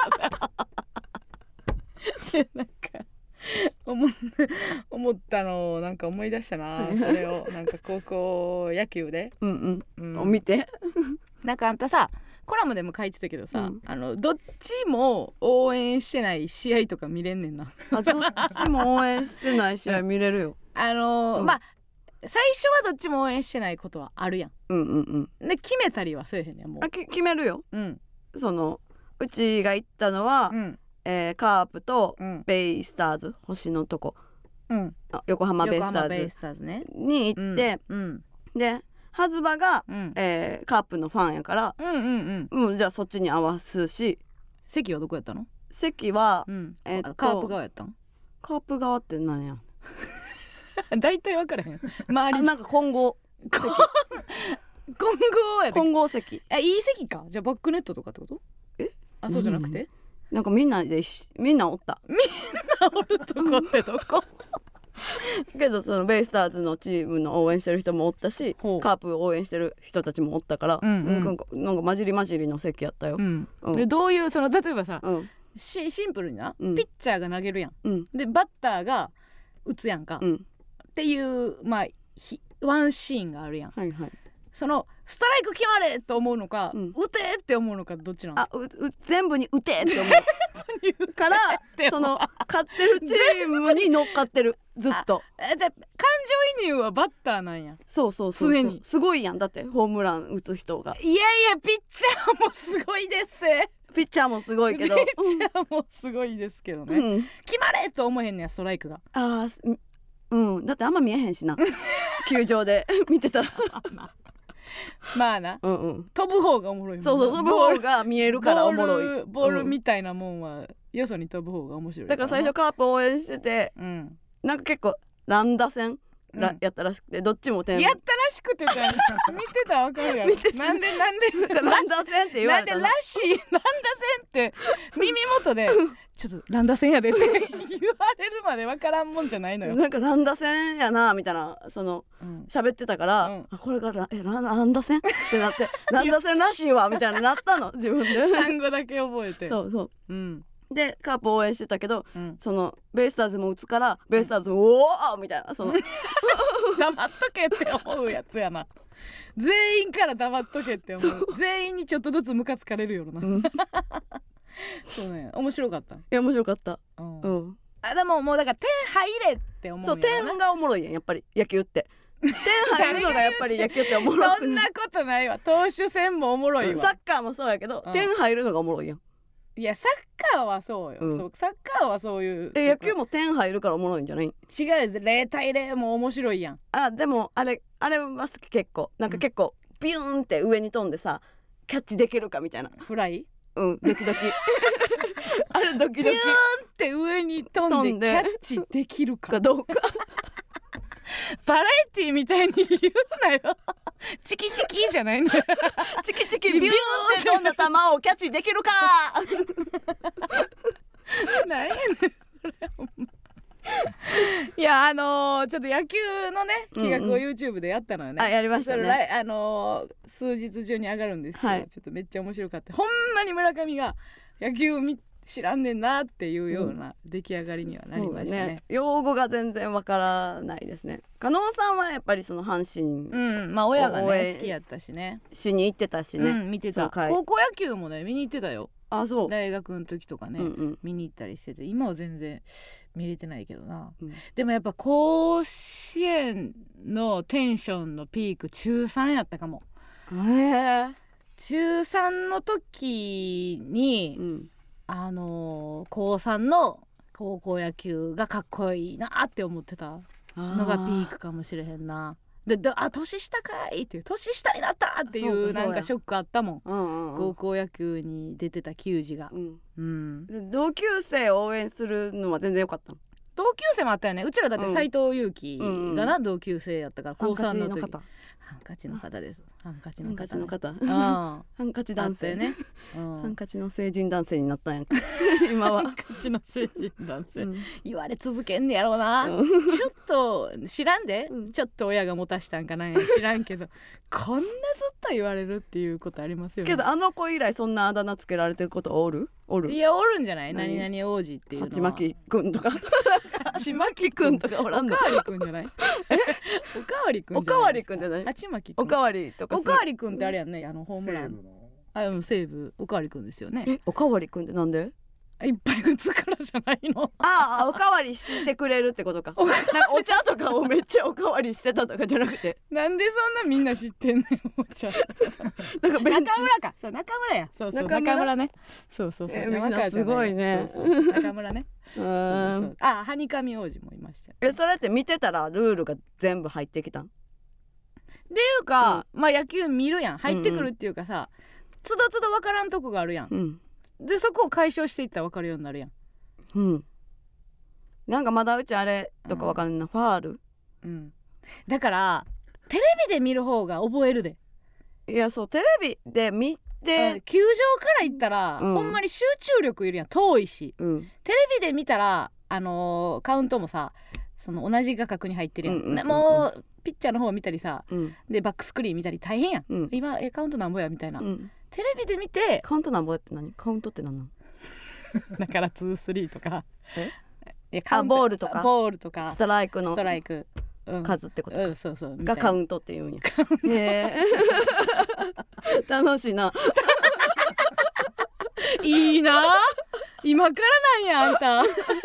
でなんか思, 思ったのをなんか思い出したなそれをなんか高校野球でうんうん、うん、見てなんかあんたさコラムでも書いてたけどさ、うん、あのどっちも応援してない試合とか見れんねんなあどっちも応援してない試合見れるよあのーうん、まあ最初はどっちも応援してないことはあるやん、 うんうんうん、 で決めたりはせえへんねんもうあき決めるよ、 うん、 そのうちが行ったのは、うんえー、カープとベイスターズ、うん、星のとこ、うん、横浜ベイスターズに行って、うんうん、でハズバが、うんえー、カープのファンやから、うんうんうんうん、じゃあそっちに合わすし。 席はどこやったの？ 席は、うんえー、っとカープ側やったん？ カープ側って何やだいたい分からへん周りなんか混合席混合やった混合席えいい席か。じゃあバックネットとかってこと？えあそうじゃなくて、うん、 なんかみんなでみんなおったみんなおるとこってどこけどそのベイスターズのチームの応援してる人もおったしカープを応援してる人たちもおったから、うんうん、なんかなんか混じり混じりの席やったよ、うんうん、でどういうその例えばさ、うん、シ, シンプルにな、うん、ピッチャーが投げるやん、うん、でバッターが打つやんか、うん、っていうまあワンシーンがあるやん、はいはい、そのストライク決まれと思うのか、うん、打てって思うのかどっちなの？ あうう全部に打てって思うからその勝ってるチームに乗っかってるずっと。 あじゃあ感情移入はバッターなんや。 そうそうそうそう常にすごいやんだってホームラン打つ人が。 いやいやピッチャーもすごいですピッチャーもすごいけどピッチャーもすごいですけどね、うん、決まれと思えへんねやストライクが。 あうんだってあんま見えへんしな球場で見てたらまあな、 うんうん、 飛ぶ方がおもろいもん。 そうそう、飛ぶ方が見えるからおもろい。 ボールみたいなもんはよそに飛ぶ方が面白い。 だから最初カープ応援してて、うん、なんか結構乱打戦ら、うん、やったらしくて、どっちも点やったらしくてさ見てたら分かるやろ。なんでなんで乱打戦って言われたの。 なんでらしい乱打戦って耳元でちょっと乱打戦やでって言われるまで分からんもんじゃないのよ。 なんか乱打戦やなみたいな、その喋、うん、ってたから、うん、あこれがえ乱打戦ってなって乱打戦らしいわみたいななったの自分で単語だけ覚えて。 そうそう、うん、でカープ応援してたけど、うん、そのベイスターズも打つからベイスターズも、うん、おーみたいな、その黙っとけって思うやつやな。全員から黙っとけって思う。全員にちょっとずつムカつかれるよな、うん、そうね、面白かった。いや面白かった、 うんうん、あでももうだから点入れって思う。 そう点がおもろいやんやっぱり野球って点入るのがやっぱり野球っておもろい。 そんなことないわ。投手戦もおもろいわ。 サッカーもそうやけど、うん、点入るのがおもろいやん。 いやサッカーはそうよ、うん、そうサッカーはそういう。 え野球も点入るからおもろいんじゃない？ 違うよ、ゼロたいゼロも面白いやん。 あでもあれあれは好き。結構なんか結構、うん、ビューンって上に飛んでさキャッチできるかみたいな。 フライ？ うんドキドキあれドキドキビューンって上に飛んでキャッチできるかどうかバラエティみたいに言うなよチキチキじゃないのよチキチキビューンって飛んだ球をキャッチできるかなんやねんいやあのー、ちょっと野球のね企画を YouTube でやったのよね、 うんうん、あやりましたね。 あのー、数日中に上がるんですけど、はい、ちょっとめっちゃ面白かった。ほんまに村上が野球見知らんねんなっていうような出来上がりにはなりましたね。うん、ね用語が全然わからないですね。加納さんはやっぱりその阪神、 うん、まあ親がね好きやったしね、 しに行ってたしね、 うん、見てた。高校野球もね見に行ってたよ。 あそう大学の時とかね、うんうん、見に行ったりしてて、今は全然見れてないけどな、うん、でもやっぱ甲子園のテンションのピーク中さんやったかも。 へー中さんの時に、うん、あのー、高さんの高校野球がかっこいいなって思ってたのがピークかもしれへんな。でであ年下かいっていう年下になったっていうなんかショックあったもん、うんうんうん、高校野球に出てた球児が、うんうん、 同級生を応援するのは全然良かったの。 同級生もあったよね。うちらだって斎藤佑樹がな、うん、同級生やったから高さんの時。ハンカチの方です。ハンカチの方、ね、 ハンカチの方ハンカチ男性ね、うん、ハンカチの成人男性になったんやんか今はハンカチの成人男性、うん、言われ続けんねやろうな、うん、ちょっと知らんで、うん、ちょっと親が持たしたんかなんや知らんけどこんなずっと言われるっていうことありますよね。 けどあの子以来そんなあだ名つけられてることおるおるいやおるんじゃない。何々王子っていうのは鉢巻くんとか鉢巻くんとかおらんの。おかわりくんじゃないおかわりくんじゃない。おかわりくんじゃない。鉢巻くんおかわりとかおかわりくんってあれやんね、あのホームランあうん西武おかわりくんですよね。 えおかわりくんってなんでいっぱい打つからじゃないの。 ああおかわりしてくれるってことか。なんかお茶とかをめっちゃおかわりしてたとかじゃなくてなんでそんなみんな知ってんねんお茶なんかベンチ中村かそう中村やそうそう 中, 村中村ねそうそうそう、えー、 みんなすごいねそうそう中村ねうんそうそうあはにかみ王子もいましたよ。 えそれって見てたらルールが全部入ってきたんっていうか、うん、まあ野球見るやん入ってくるっていうかさ、うんうん、つどつど分からんとこがあるやん、うんでそこを解消していったら分かるようになるやん。うんなんかまだうちあれとか分かんないな、うん、ファール、 うん、だからテレビで見る方が覚えるで。 いやそうテレビで見て球場から行ったら、うん、ほんまに集中力いるやん遠いし、うん、テレビで見たらあのー、カウントもさその同じ画角に入ってるやん、うんうんうん、もうピッチャーの方見たりさ、うん、でバックスクリーン見たり大変やん、うん、今えカウントなんぼやみたいな、うんテレビで見てカウントなんぼやって何カウントって何なのだからツースリーとかえいやカウントボールとかボールとかストライクのストライク、 うん、数ってことか、 うん、そうそうがカウントっていうんやへー楽しいないいな今からなんやあんた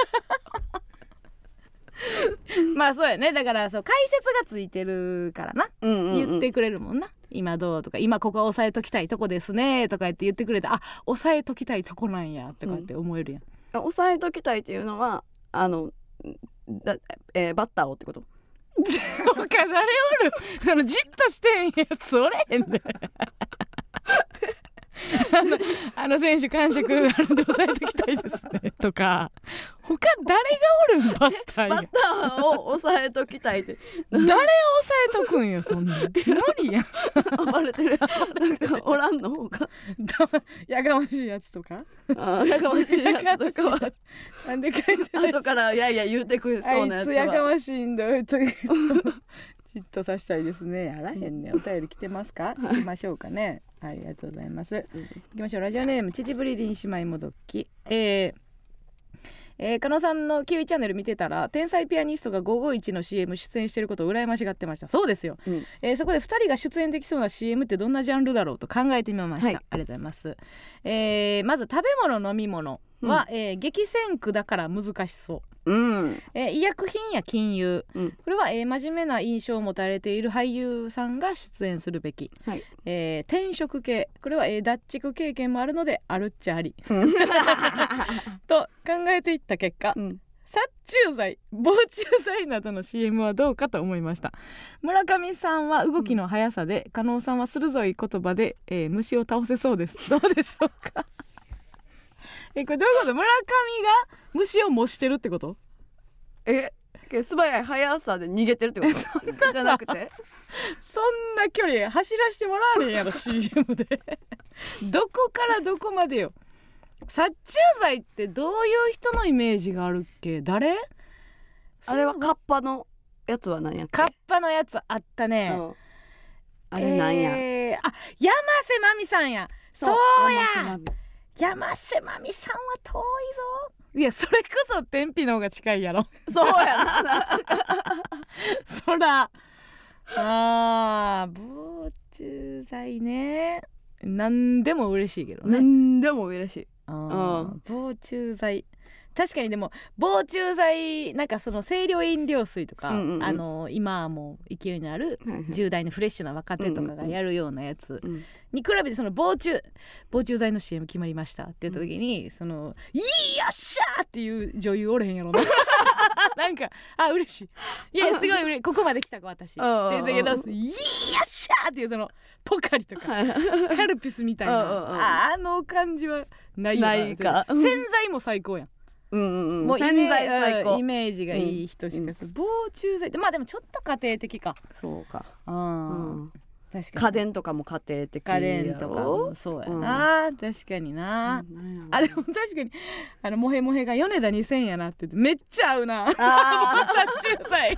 まあそうやねだからそう解説がついてるからな、うんうんうん、言ってくれるもんな今どうとか今ここは抑えときたいとこですねとか言って言ってくれてあ抑えときたいとこなんやとかって思えるやん、 うん、抑えときたいっていうのはあのだ、えー、バッターをってこと他誰おるそのじっとしてんやつおれへんであの, あの選手感触あので抑えときたいですねとか他誰がおるんバッターバッターを抑えときたいって誰を抑えとくんよそんな無理やん暴れてるなんかおらんの方がやかましいやつとかあやかましいやつとかはなんで書いてない後からいやいや言うてくるそうなやつはあいつやかましいんだよじっとさしたいですねやらへんねお便り来てますか行きましょうかねはい、ありがとうございます、うん、行きましょう。ラジオネームちちぶりりん姉妹もどき、えーえー、加納さんのキウイチャンネル見てたら天才ピアニストがごーごーいちの シーエム 出演してることを羨ましがってました。そうですよ、うんえー、そこでふたりが出演できそうな シーエム ってどんなジャンルだろうと考えてみました、はい、ありがとうございます、えー、まず食べ物飲み物は、うんえー、激戦区だから難しそう、うんえー、医薬品や金融、うん、これは、えー、真面目な印象を持たれている俳優さんが出演するべき、はいえー、転職系これは、えー、脱蓄経験もあるのであるっちゃありと考えていった結果、うん殺虫剤、防虫剤などの シーエム はどうかと思いました。村上さんは動きの速さで、うん、加納さんは鋭い言葉で、えー、虫を倒せそうです。どうでしょうかえこれどういうこと？村上が虫を模してるってこと？ え素早い速さで逃げてるってことじゃなくてそんな距離走らせてもらわれへんやろシーエム でどこからどこまでよ。殺虫剤ってどういう人のイメージがあるっけ？誰？ あれはカッパのやつは何やっけ？ カッパのやつあったね、うん、 あれなんや、 えー、あ山瀬まみさんや。そうや山瀬まみさんは遠いぞ。いやそれこそ天日の方が近いやろそうやなそらあー防虫剤ね何でも嬉しいけどね。 何でも嬉しい。 あ、うん、防虫剤確かに。でも防虫剤なんかその清涼飲料水とか、うんうんうん、あの今はもう勢いのあるじゅう代のフレッシュな若手とかがやるようなやつに比べてその防虫防虫剤の シーエム 決まりましたって言った時に、うん、そのいやっしゃーっていう女優おれへんやろななんかあ嬉しいいやすごい嬉しいここまで来たか私って言ったけどいやっしゃーっていうそのポカリとかカルピスみたいなあの感じはないよな。 ないか洗剤も最高やん。うんうんうん、もう洗剤最高イメージがいい人しか、うん、防虫剤ってまあでもちょっと家庭的か。 そうか、 うん、確かに家電とかも家庭的やろ。 家電とかもそうやな、うん、確かにな、うん、あでも確かにあのモヘモヘが米田にせんやなって言ってめっちゃ合うな殺虫剤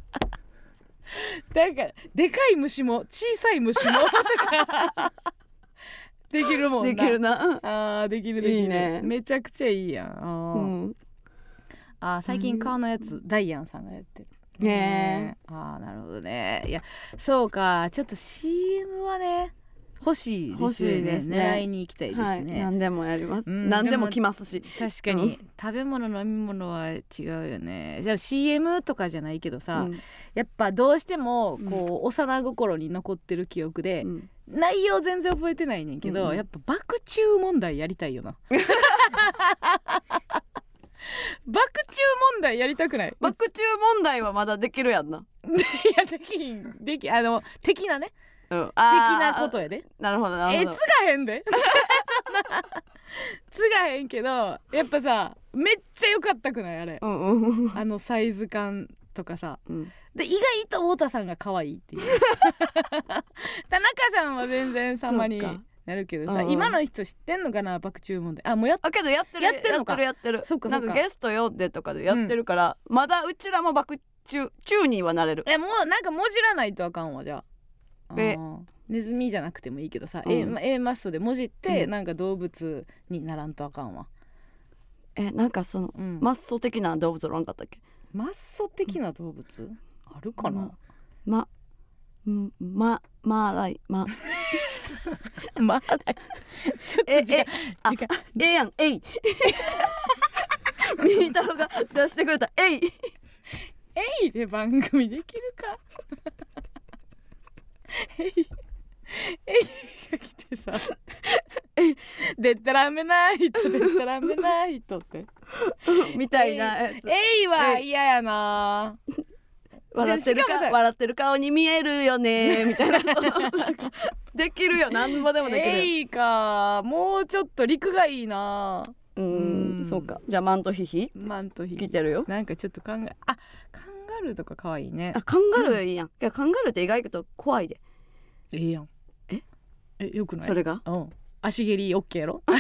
なんかでかい虫も小さい虫もとかできるもんな。 できるなあできるできるいい、 ね、 めちゃくちゃいいやん。あ、うん、あ最近顔のやつ、うん、ダイアンさんがやってるね。あなるほどね。いやそうかちょっと シーエム はね欲しいですね。欲しいですね。狙いに行きたいですね、はい、 何でもやります、うん、何でも来ますし。 確かに、うん、食べ物飲み物は違うよね。じゃあ シーエム とかじゃないけどさ、うん、やっぱどうしてもこう、うん、幼心に残ってる記憶で、うん、内容全然覚えてないねんけど、うん、やっぱ爆虫問題やりたいよな爆虫問題やりたくない？ 爆虫問題はまだできるやんな。 いやできひんできあの的なね、うん、的なことやで。 なるほどなるほど。 えつがへんでつがへんけどやっぱさめっちゃ良かったくないあれ、うんうん、あのサイズ感とかさ、うん、で意外と太田さんが可愛いっていう田中さんは全然様になるけどさ、今の人知ってんのかな爆虫問題。あもうやっあけどやってるやってるのかやってるやってる。そっかそっかなんかゲスト呼んでとかでやってるから、うん、まだうちらも爆虫中にはなれる。 えもうなんかもじらないとあかんわ。じゃあえネズミじゃなくてもいいけどさ、うん、A, A マッソでもじって、うん、なんか動物にならんとあかんわ。 えなんかその、うん、マッソ的な動物おらんかったっけ？ マッソ的な動物、うん、あるかな。 まままマーライまマーライちょっと時間えあええやんえいみーたろが出してくれたえいえいで番組できるかえいえいが来てさでったらめない人でったらめない人ってみたいなやつ。 えいは嫌やな笑ってるか笑ってる顔に見えるよねみたいなできるよ、何ぼでもできる。 いいか、もうちょっと陸がいいな。 うーん、うん、そうか。じゃあマントヒヒマントヒヒ来てるよ。 なんかちょっと考え、あ、カンガルーとか可愛いね。 あ、カンガルーいいやん、うん、いやカンガルーって意外と怖いで。 ええやん。 ええ、よくない？ それが、 うん、足蹴り OK やろカンガ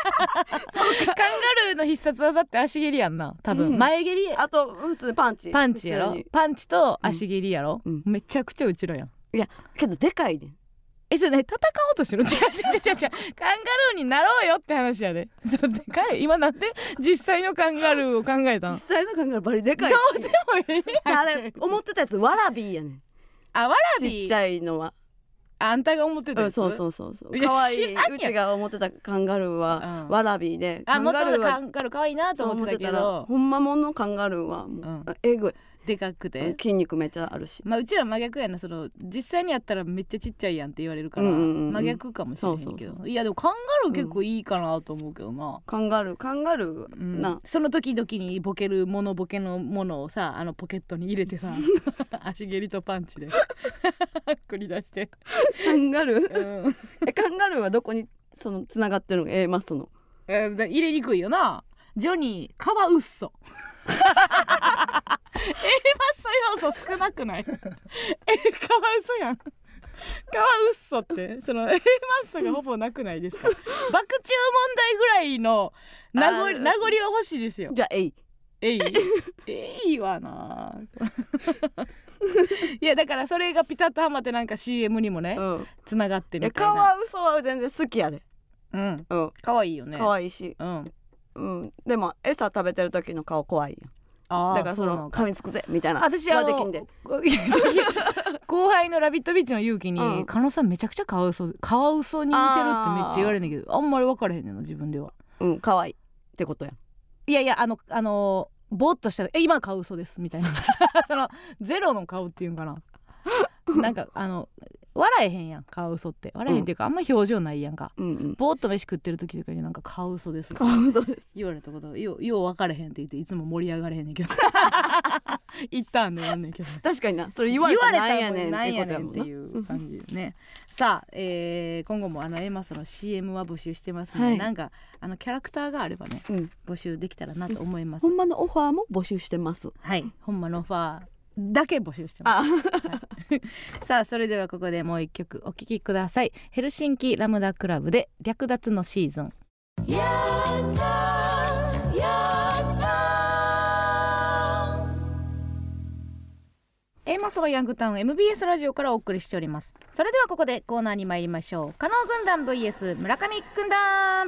ルーの必殺技って足蹴りやんな多分、うん、前蹴り、 あと普通パンチパンチやろ、パンチと足蹴りやろ、うん、めちゃくちゃうちろやん。 いやけどでかいね。 え、それね、戦おうとしてる？違う違う違う違う、カンガルーになろうよって話やで。それでかい。今なんで実際のカンガルーを考えたん？ 実際のカンガルーバリでかい。 どうでもいい。 あれ思ってたやつワラビーやねん。 あ、ワラビーちっちゃいのはあんたが思ってたやつ、 うん、そうそうそうそう、かわいい。うちが思ってたカンガルーは、うん、ワラビーで、 あ、もっとカンガルーかわいいなと思ってたけど、 ほんまもんのカンガルーはもう、うん、えぐい、 でかくて、 筋肉めっちゃあるし、 まあうちら真逆やな。その実際にやったらめっちゃちっちゃいやんって言われるから、うんうんうん、真逆かもしれへんけど、そうそうそう、いやでもカンガルー結構いいかなと思うけどな、うん、 カンガルーカンガルーな、 うん、その時々にボケるモノボケのものをさ、あのポケットに入れてさ足蹴りとパンチで繰り出してカンガルー、うん、えカンガルーはどこにそのつながってるの？ A マストの、 えー、入れにくいよな。ジョニーカワウッソA マスト要素少なくない？え、カワウソやん。カワウッソってその A マストがほぼなくないですか？爆注問題ぐらいの名残、名残は欲しいですよ。 じゃあ A えいえいはないやだからそれがピタッとはまってなんか シーエム にもね、うん、つながってみたいな。 カワウソは全然好きやで。 うん、うん、かわいいよね。 かわいいし、うんうん、でも餌食べてる時の顔怖いやん。あだからその噛みつくぜみたいな。 私はできんで後輩のラビットビーチの勇気に、うん、加納さんめちゃくちゃカワウソカワウソに似てるってめっちゃ言われるんだけど、あんまり分からへんねんな自分では。 うん可愛いってことやん。 いやいやあのあのぼーっとしたらえ今カワウソですみたいなそのゼロの顔っていうんかななんかあの笑えへんやんカワウソって。笑えへんっていうか、うん、あんま表情ないやんか、うんうん、ぼーっと飯食ってる時とかになんかカワウソですカワウソです言われたことようよう分かれへんって言っていつも盛り上がれへんねんけど言ったんでやんねんけど確かになそれ言われたらなんやねんなんやねんっていう感じでねさあ、えー、今後もあのエマスの シーエム は募集してますので、はい、なんかあのキャラクターがあればね、うん、募集できたらなと思います。 ほんまのオファーも募集してます。 はいほんまのオファーだけ募集してます、はい、さあそれではここでもう一曲お聴きください。ヘルシンキラムダクラブで略奪のシーズン。やったやったエマスのヤングタウン エムビーエス ラジオからお送りしております。それではここでコーナーに参りましょう。加納軍団 ブイエス 村上軍団。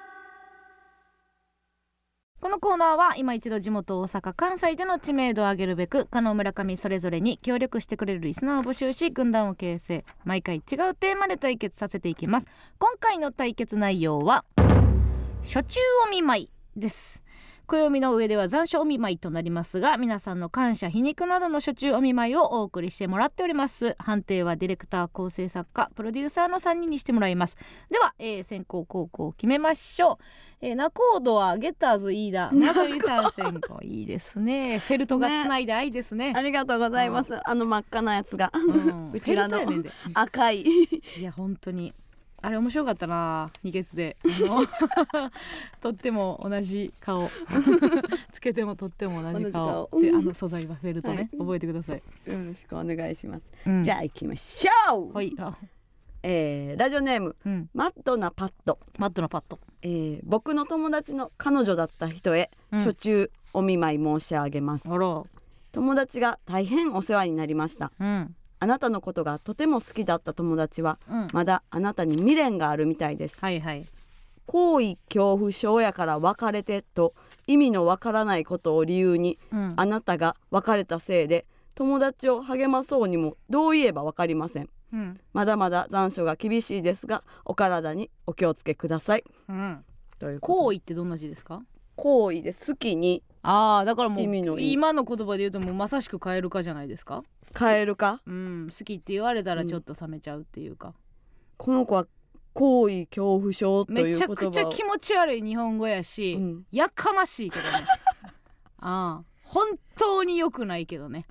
このコーナーは今一度地元大阪関西での知名度を上げるべく加納村上それぞれに協力してくれるリスナーを募集し軍団を形成、毎回違うテーマで対決させていきます。今回の対決内容は暑中お見舞いです。暦の上では残暑お見舞いとなりますが、皆さんの感謝皮肉などの暑中お見舞いをお送りしてもらっております。判定はディレクター構成作家プロデューサーのさんにんにしてもらいます。では、えー、先行後攻を決めましょう。えー、ナコードはゲッターズ飯田ナトリさん先行いいですね。フェルトがつないで愛ですね。 ありがとうございます。あの真っ赤なやつが、うん、うちらの赤いいや本当にあれ面白かったな。二月でとっても同じ顔つけてもとっても同じ顔で、あの素材はフェルトね、はい、覚えてください。 よろしくお願いします、うん、じゃあ行きましょう。 はい、 えー、ラジオネーム、うん、マットなパッドマットなパッド、 えー、僕の友達の彼女だった人へ初中お見舞い申し上げます、うん、あら友達が大変お世話になりました、うんあなたのことがとても好きだった友達は、うん、まだあなたに未練があるみたいです、はいはい、行為恐怖症やから別れてと意味のわからないことを理由に、うん、あなたが別れたせいで友達を励まそうにもどう言えば分かりません、うん、まだまだ残暑が厳しいですがお体にお気をつけください、うん、 という行為ってどんな字ですか？ 行為で好きにああだからもう今の言葉で言うともうまさしくカエル化じゃないですか。 カエル化、 うん、好きって言われたらちょっと冷めちゃうっていうか、うん、 この子は行為恐怖症という言葉をめちゃくちゃ気持ち悪い日本語やし、うん、やかましいけどねああ本当に良くないけどね。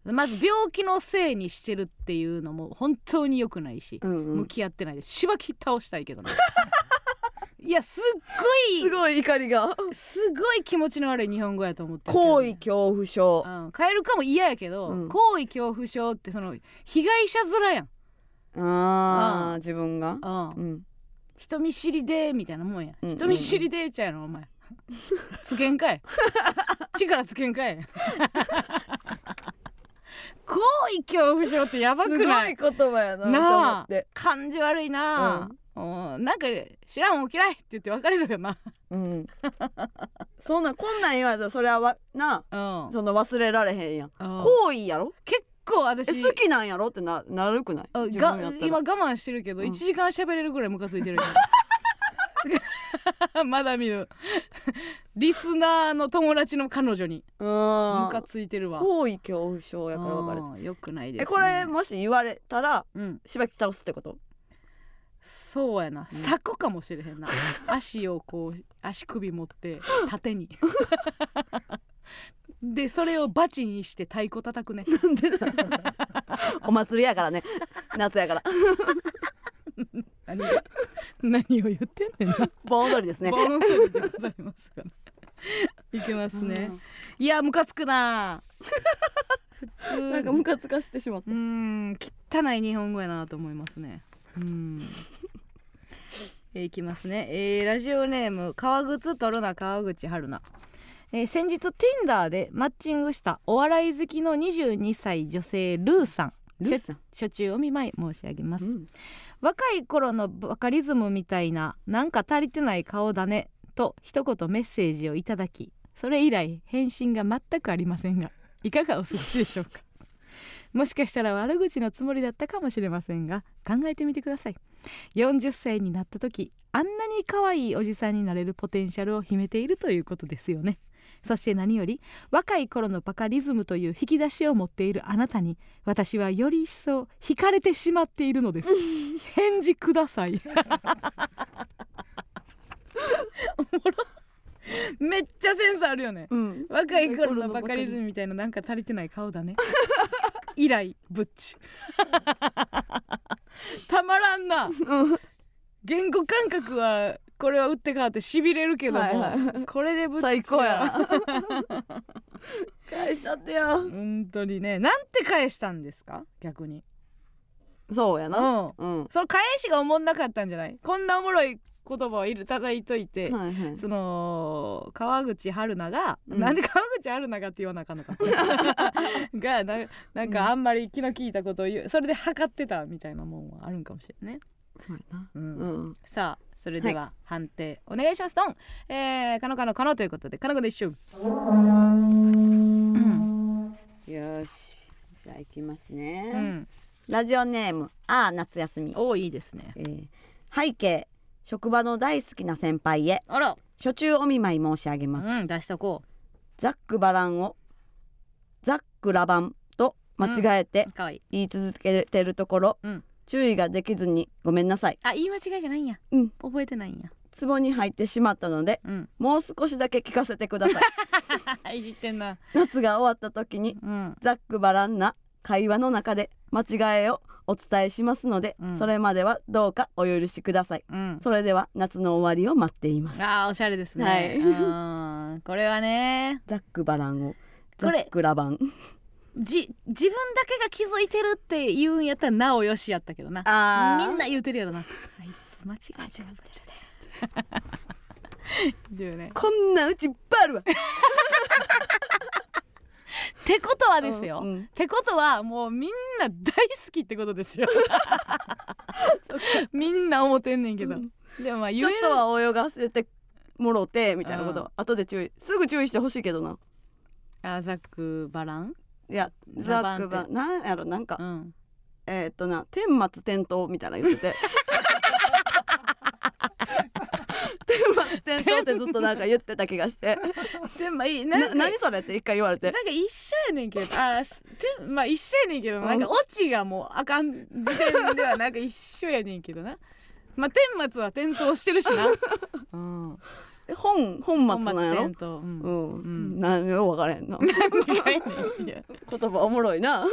まず病気のせいにしてるっていうのも本当に良くないし、うんうん、向き合ってないでしばき倒したいけどねいやすっごいすごい怒りがすごい気持ちの悪い日本語やと思ってるけど、ね、行為恐怖症、 うん、変えるかも嫌やけど、うん、行為恐怖症ってその被害者面やん。 ああ、自分が、 うん、うん、人見知りでみたいなもんや、うんうん、人見知りでちゃうのお前つけんかい力つけんかい行為恐怖症ってやばくない？ すごい言葉やななあ、と思って感じ悪いな、うん、なんか知らんもん嫌いって言って別れるよな、うん、 そんなこんなん言われたらそれはわな、うん、その忘れられへんやん、うん、行為やろ結構私好きなんやろって な, なるくない？自分やったら今我慢してるけど、うん、いちじかん喋れるぐらいムカついてるまだ見るリスナーの友達の彼女にムカついてるわ。 行為恐怖症やから別れてよくないですね。 えこれもし言われたら、うん、しばき倒すってこと？ そうやな、裂くかもしれへんな足をこう足首持って縦にでそれをバチにして太鼓叩くねなんでだお祭りやからね夏やから何, 何を言ってんねんな。 盆踊りですね。 盆踊りでございますからいきますね、うん、いやムカつくななんかムカつかしてしまった。 うーん汚い日本語やなと思いますね。うんえー、いきますね、えー、ラジオネーム川口取るな川口春菜、えー、先日 Tinder でマッチングしたお笑い好きのにじゅうにさい女性ルーさん、初中お見舞い申し上げます、うん、若い頃のバカリズムみたいななんか足りてない顔だねと一言メッセージをいただき、それ以来返信が全くありませんがいかがお過ごしでしょうかもしかしたら悪口のつもりだったかもしれませんが考えてみてください。よんじゅっさいになった時あんなに可愛いおじさんになれるポテンシャルを秘めているということですよね。そして何より若い頃のバカリズムという引き出しを持っているあなたに私はより一層惹かれてしまっているのです返事くださいおもろめっちゃセンスあるよね、うん、若い頃のバカリズムみたいななんか足りてない顔だね以来ブッチたまらんな言語感覚はこれは打って変わってしびれるけども、はいはい、これでぶっち最高や返しちゃってよ本当にね。なんて返したんですか逆に。 そうやな、 うんうん、その返しがおもんなかったんじゃない？こんなおもろい言葉をいただいといて、はいはい、その川口春奈が、うん、なんで川口春奈がって言わなあかんのかが な, なんかあんまり気の利いたことを言う、それで測ってたみたいなもんはあるんかもしれないね。 そうやな、 うんうん、さあそれでは判定お願いします。ドン、えー、かのかのかのということでかのこで一緒、うん、 よしじゃあいきますね、うん、ラジオネームあー夏休み。 おいいですね、 えー、背景職場の大好きな先輩へあら初中お見舞い申し上げます、 うん、出しとこう。 ザックバランをザックラバンと間違えて言い続けてるところ、うん、注意ができずにごめんなさい。 あ、言い間違いじゃないんや、うん、覚えてないんや。 壺に入ってしまったので、うん、もう少しだけ聞かせてくださいいじってんな。 夏が終わった時に、うん、ざっくばらんな会話の中で間違えをお伝えしますので、うん、それまではどうかお許しください、うん、それでは夏の終わりを待っています。 あーおしゃれですね、はい、うんこれはねざっくばらんをざっくらばんじ自分だけが気づいてるって言うんやったらなおよしやったけどな。あみんな言うてるやろなあいつ間違えちゃってるでね、 こんなうちいっぱいあるわってことはですよ、うんうん、ってことはもうみんな大好きってことですよみんな思ってんねんけど、うん、でもまあ言えるちょっとは泳がせてもろてみたいなこと、うん、後で注意すぐ注意してほしいけどな。 あザックバランいやザックバランなんやろなんか、うん、えー、っとな天末転倒みたいな言ってて天末転倒ってずっとなんか言ってた気がしてで、まあ、いいなんかな何それって一回言われてなんか一緒やねんけどあてまあ一緒やねんけどなんかオチがもうあかん時点ではなんか一緒やねんけどなまあ天末は転倒してるしな、うん、 本本末なんやろ。 本末転倒、うんうんうん、何よ分からへんな。言葉おもろいな。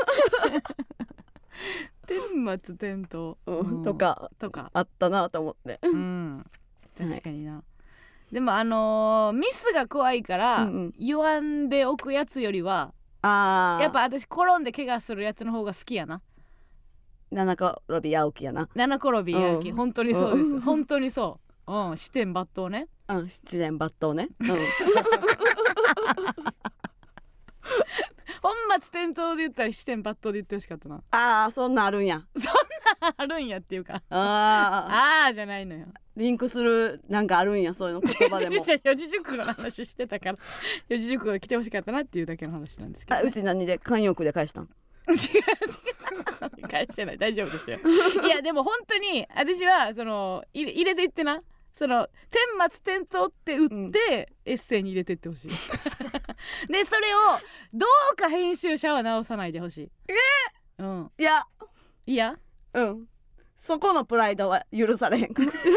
天末転倒、 うん、とかとかあったなと思って、 うん、確かにな、はい、でもあのー、ミスが怖いから、うんうん、言わんでおくやつよりはあやっぱ私転んで怪我するやつの方が好きやな。 七転び八起きやな。 七転び八起き、うん、本当にそうです、うん、本当にそう、うん、四天抜刀ね、 うん、七天抜刀ね、うん、 本末転倒で言ったら四天抜刀で言ってほしかったな。 あーそんなんあるんや。 そんなんあるんやっていうかああーじゃないのよ。 リンクするなんかあるんや、そういうの言葉でも。 四字熟語の話してたから四字熟語で来てほしかったなっていうだけの話なんですけど、ね、 うち何で慣用句で返したん？ 違う違う返してない、大丈夫ですよ。いやでも本当に私はその入れ、入れていってな、その天末転倒って打って、うん、エッセイに入れてってほしい。でそれをどうか編集者は直さないでほしい。 えー、 うん、 いやいやうんそこのプライドは許されへんかもしれない。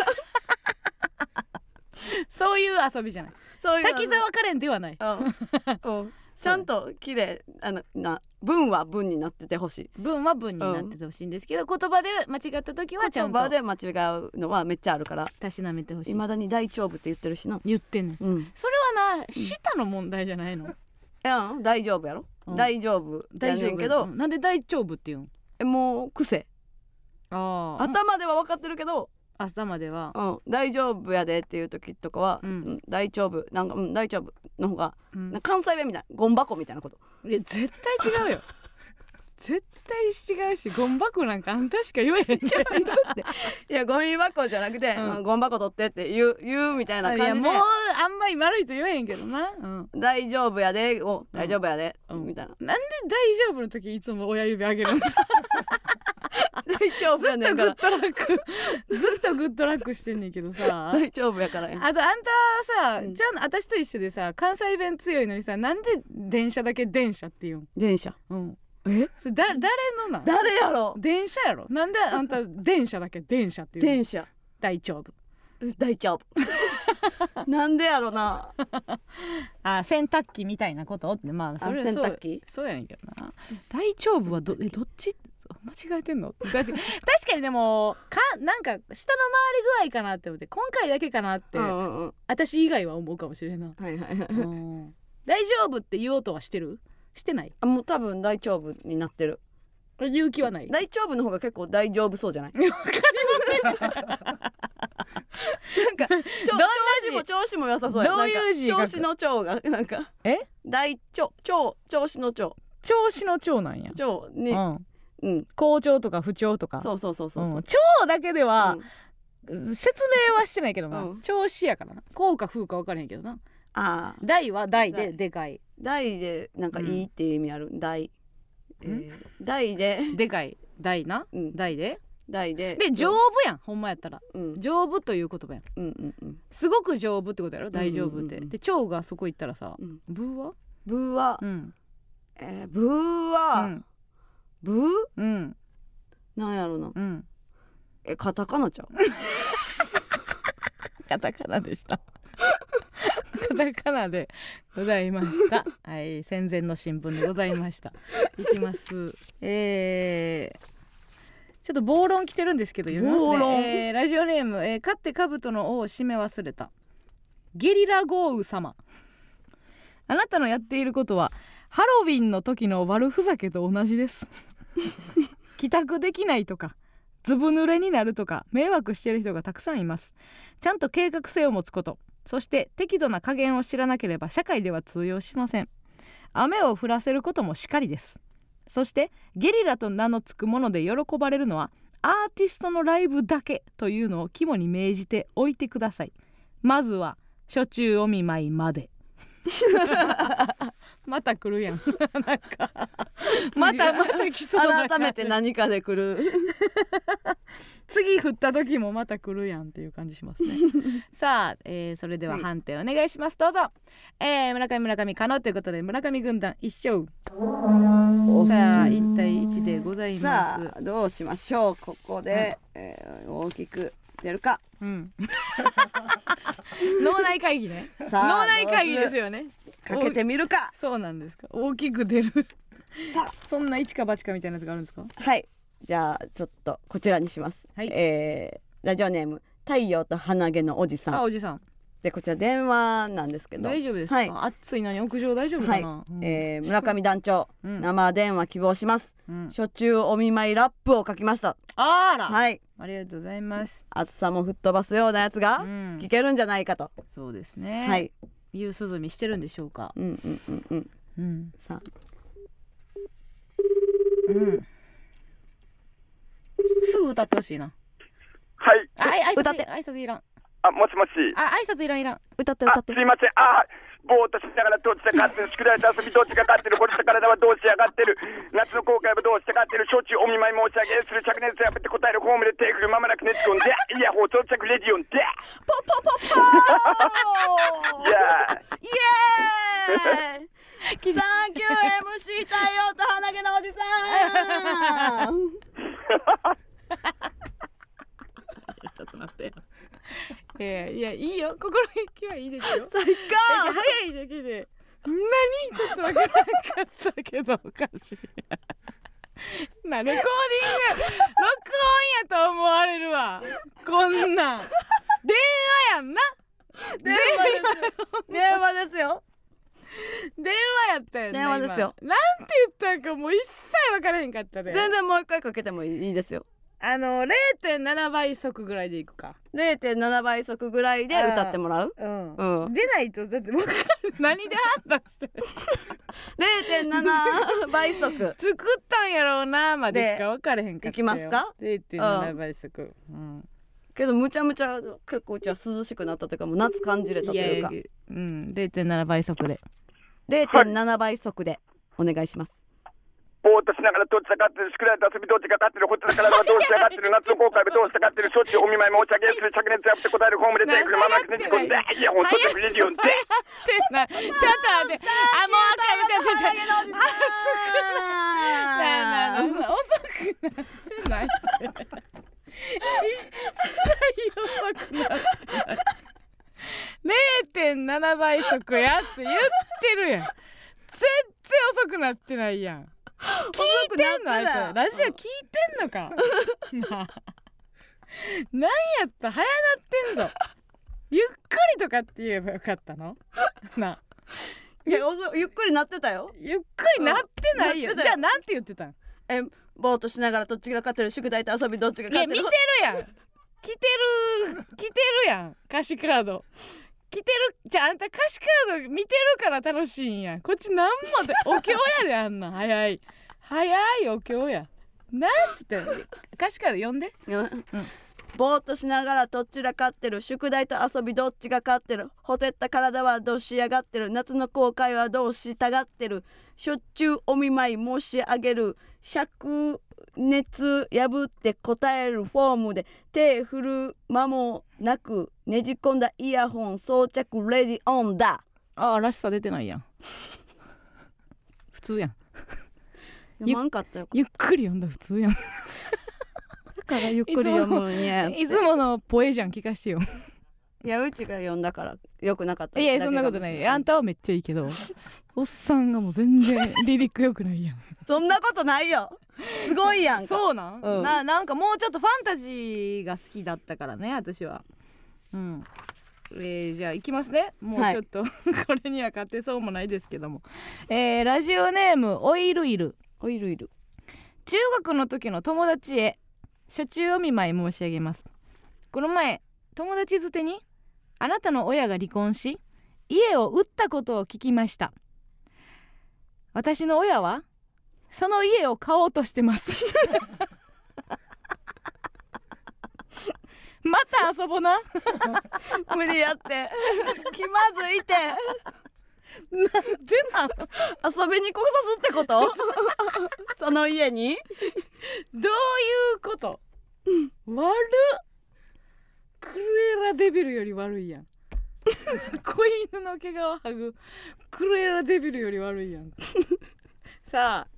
そういう遊びじゃない。そういう滝沢カレンではない。 うん、うん、ちゃんと綺麗あのな文は文になっててほしい。 文は文になっててほしいんですけど、うん、言葉で間違った時はちゃんと言葉で間違うのはめっちゃあるからたしなめてほしい。 未だに大丈夫って言ってるしな。 言ってんね、 うん、 それはな舌の問題じゃないの。いや大丈夫やろ、うん、大丈夫やねんけど、 うん、なんで大丈夫って言うん？ えもう癖。 あ頭では分かってるけど頭では、 うん、大丈夫やでっていう時とかは、うんうん、大丈夫なんか、うん、大丈夫の方が、うん、なんか関西弁みたいなゴン箱みたいなこと。 いや絶対違うよ。絶対違うし、ゴン箱なんかあんたしか言えへんじゃん。 いやゴミ箱じゃなくて、うん、ゴン箱取ってって言う、言うみたいな感じで。いやもうあんまり悪いと言えへんけどな、うん、 大丈夫やでお大丈夫やで、 うん、 みたいな。 なんで大丈夫の時いつも親指上げるんですか？ 大丈夫やねんから。 ずっとグッドラックずっとグッドラックしてんねんけどさ。 大丈夫やからや。 あとあんたさ、うん、じゃあ私と一緒でさ関西弁強いのにさ、なんで電車だけ電車って言うん？ 電車、 うん、 えそれだ誰のなん？ 誰やろ？ 電車やろ。なんであんた電車だけ電車って言う？ 電車大丈夫大丈夫なんでやろな。 あ洗濯機みたいなことって、まあそれ洗濯機そうやねんけどな。大丈夫は ど, えどっち間違えてんの？確かにでもかなんか下の回り具合かなって思って、今回だけかなって、うんうんうん、私以外は思うかもしれんな、はいはいはい、うん、大丈夫って言おうとはしてる？してない？ あもう多分大丈夫になってる。 勇気はない？ 大丈夫の方が結構大丈夫そうじゃない？わかりません。なんか調子も調子も良さそうや。 どういう字？ 調子の調がなんかえ大調調調子の調調子の調なんや。 調ね、うんうん、 好調とか不調とか。 そうそうそうそう、うん、 調だけでは、うん、説明はしてないけどな、うん、調子やからな。こうか風か分からへんけどな。 あ大は大ででかい。 大でなんかいいっていう意味ある。うん、大、えー、大ででかい大な、うん、大で大でで丈夫やんほんまやったら、うん、丈夫という言葉やん、うんうんうん、すごく丈夫ってことやろ大丈夫って、うんうんうん、で腸がそこ行ったらさ、うん、ブーはブーは、うんえー、ブーは、うん、ブー、うん、なんやろな、うん、えカタカナちゃう？ カタカナでした。カタカナでございました。はい、戦前の新聞でございました。いきます。えー、ちょっと暴論来てるんですけど読みますね。えー、ラジオネーム、えー、勝って兜の尾を締め忘れたゲリラ豪雨様。あなたのやっていることはハロウィンの時の悪ふざけと同じです。帰宅できないとかずぶ濡れになるとか迷惑している人がたくさんいます。ちゃんと計画性を持つこと、そして適度な加減を知らなければ社会では通用しません。雨を降らせることもしかりです。そしてゲリラと名の付くもので喜ばれるのはアーティストのライブだけというのを肝に銘じておいてください。まずは初中お見舞いまで。また来るやん。なんかまたまた来そうな。 改めて何かで来る。 次振った時もまた来るやんっていう感じしますね。さあ、えー、それでは判定お願いします。どうぞ。えー、村上村上可能ということで村上軍団一勝。さあいち対いちでございます。 さあどうしましょう。ここで、うんえー、大きく出るか、 うん、脳内会議ね。脳内会議ですよね。 かけてみるか。 そうなんですか。大きく出るさあそんな一か八かみたいなやつがあるんですか。 はい、じゃあちょっとこちらにします、はい。えー、ラジオネーム太陽と鼻毛のおじさん。 あ、おじさんで、こちら電話なんですけど。 大丈夫ですか、はい、暑いのに屋上大丈夫かな、 はい。うん、えー、村上団長、うん、生電話希望します、うん、初中お見舞いラップを書きました。 あら、 はい、 ありがとうございます。 暑さも吹っ飛ばすようなやつが聞けるんじゃないかと、 うん、そうですね。 はい、 夕涼みしてるんでしょうか。 うんうんうんうん、うん、さあ、 うん、すぐ歌ってほしいな。 はい、 あ、挨拶歌って。 挨拶いらん。 あ、もしもし。 あ、挨拶いらんいらん。 歌って歌って。 すいません。あ、ぼーっとしながらどっちが勝ってる、宿題と遊びどっちが勝ってる、こっちの体はどうしやがってる、夏の後悔はどうして勝ってる、承知お見舞い申し上げする、灼熱破って答える、ホームで手振る、まもなく熱コンでイヤホン到着レディオンでポポポポーいやーイエーイサンキュー エムシー 太陽と鼻毛のおじさんちょっと待ってよ。えー、いやいいよ、心意気はいいですよ。 最高。 早いだけで何一つわからなかったけどおかしいな。レコーディング録音やと思われるわ。こんなん電話やんな。 電話です電話ですよ。 電話やったよね。 電話ですよ。 なんて言ったかもう一切分からへんかったで。 全然もう一回かけてもいいですよ。 あの れいてんなな 倍速ぐらいでいくか。 れいてんなな 倍速ぐらいで歌ってもらう。うん、うん、 出ないとだって分かる。何で判断してるれいてんなな 倍速作ったんやろうなまでしか分からへんかったよ。 いきますか。 れいてんなな 倍速、うん、 けどむちゃむちゃ結構うちは涼しくなったというかもう夏感じれたというか。いやいや、 うん、れいてんなな 倍速でれいてんなな 倍速でお願いします。 ぼーっとしながらどっちが勝ってる、宿題と遊びどっちが勝ってる、こっちの体はどうして勝ってる、夏の後悔はどうして勝ってる、しょっちゅうお見舞い申し上げする、灼熱破って答える、ホームで手振る、まもなくねじ込んでいやほんとでレディオンでちょっと待って、あ、もうあかん、ちょちょちょあ、遅くなってない一切遅くなってない。 れいてんなな 倍速やって言ってるやん。全然遅くなってないやん。聞いてんのあいつラジオ聞いてんのかなんやった早なってんぞ。ゆっくりとかって言えばよかったのな。 いやゆっくりなってたよ。 ゆっくりなってないよ。じゃあなんて言ってたん。 えぼーっとしながらどっちが勝ってる、宿題と遊びどっちが勝ってる。 いや見てるやん。来てる来てるやん歌詞カード来てる。じゃああんた歌詞カード見てるから楽しいんや。こっちなんもでお経やであんな早い早いお経や。なんつって歌詞カード読んで、うんうん、 ぼーっとしながらどっちが勝ってる、宿題と遊びどっちが勝ってる、ほてった体はどうしやがってる、夏の後悔はどうしたがってる、しょっちゅうお見舞い申し上げる、灼熱破って答えるフォームで手振る間もなくねじ込んだイヤホン装着レディオンだ。 ああらしさ出てないやん普通やん。 読まんかったよ。 ゆっくり読んだ普通やんだからゆっくり読むんや。 いつものポエじゃん、聞かしてよ。 いやうちが読んだからよくなかった。 いやそんなことない。あんたはめっちゃいいけどおっさんがもう全然リリックよくないやんそんなことないよ。すごいやんか。 そうなん、うん、な, なんかもうちょっとファンタジーが好きだったからね私は。うん、えー、じゃあいきますね。もうちょっと、はい、これには勝てそうもないですけども、えー、ラジオネームオイルイル。 オイルイル。 中学の時の友達へ初中お見舞い申し上げます。この前友達づてにあなたの親が離婚し家を売ったことを聞きました。私の親はその家を買おうとしてますまた遊ぼな無理やって気まずいてなんでなん遊びに来さすってことその家にどういうこと悪っ。クルエラデビルより悪いやん子犬の毛皮剥ぐクルエラデビルより悪いやんさあ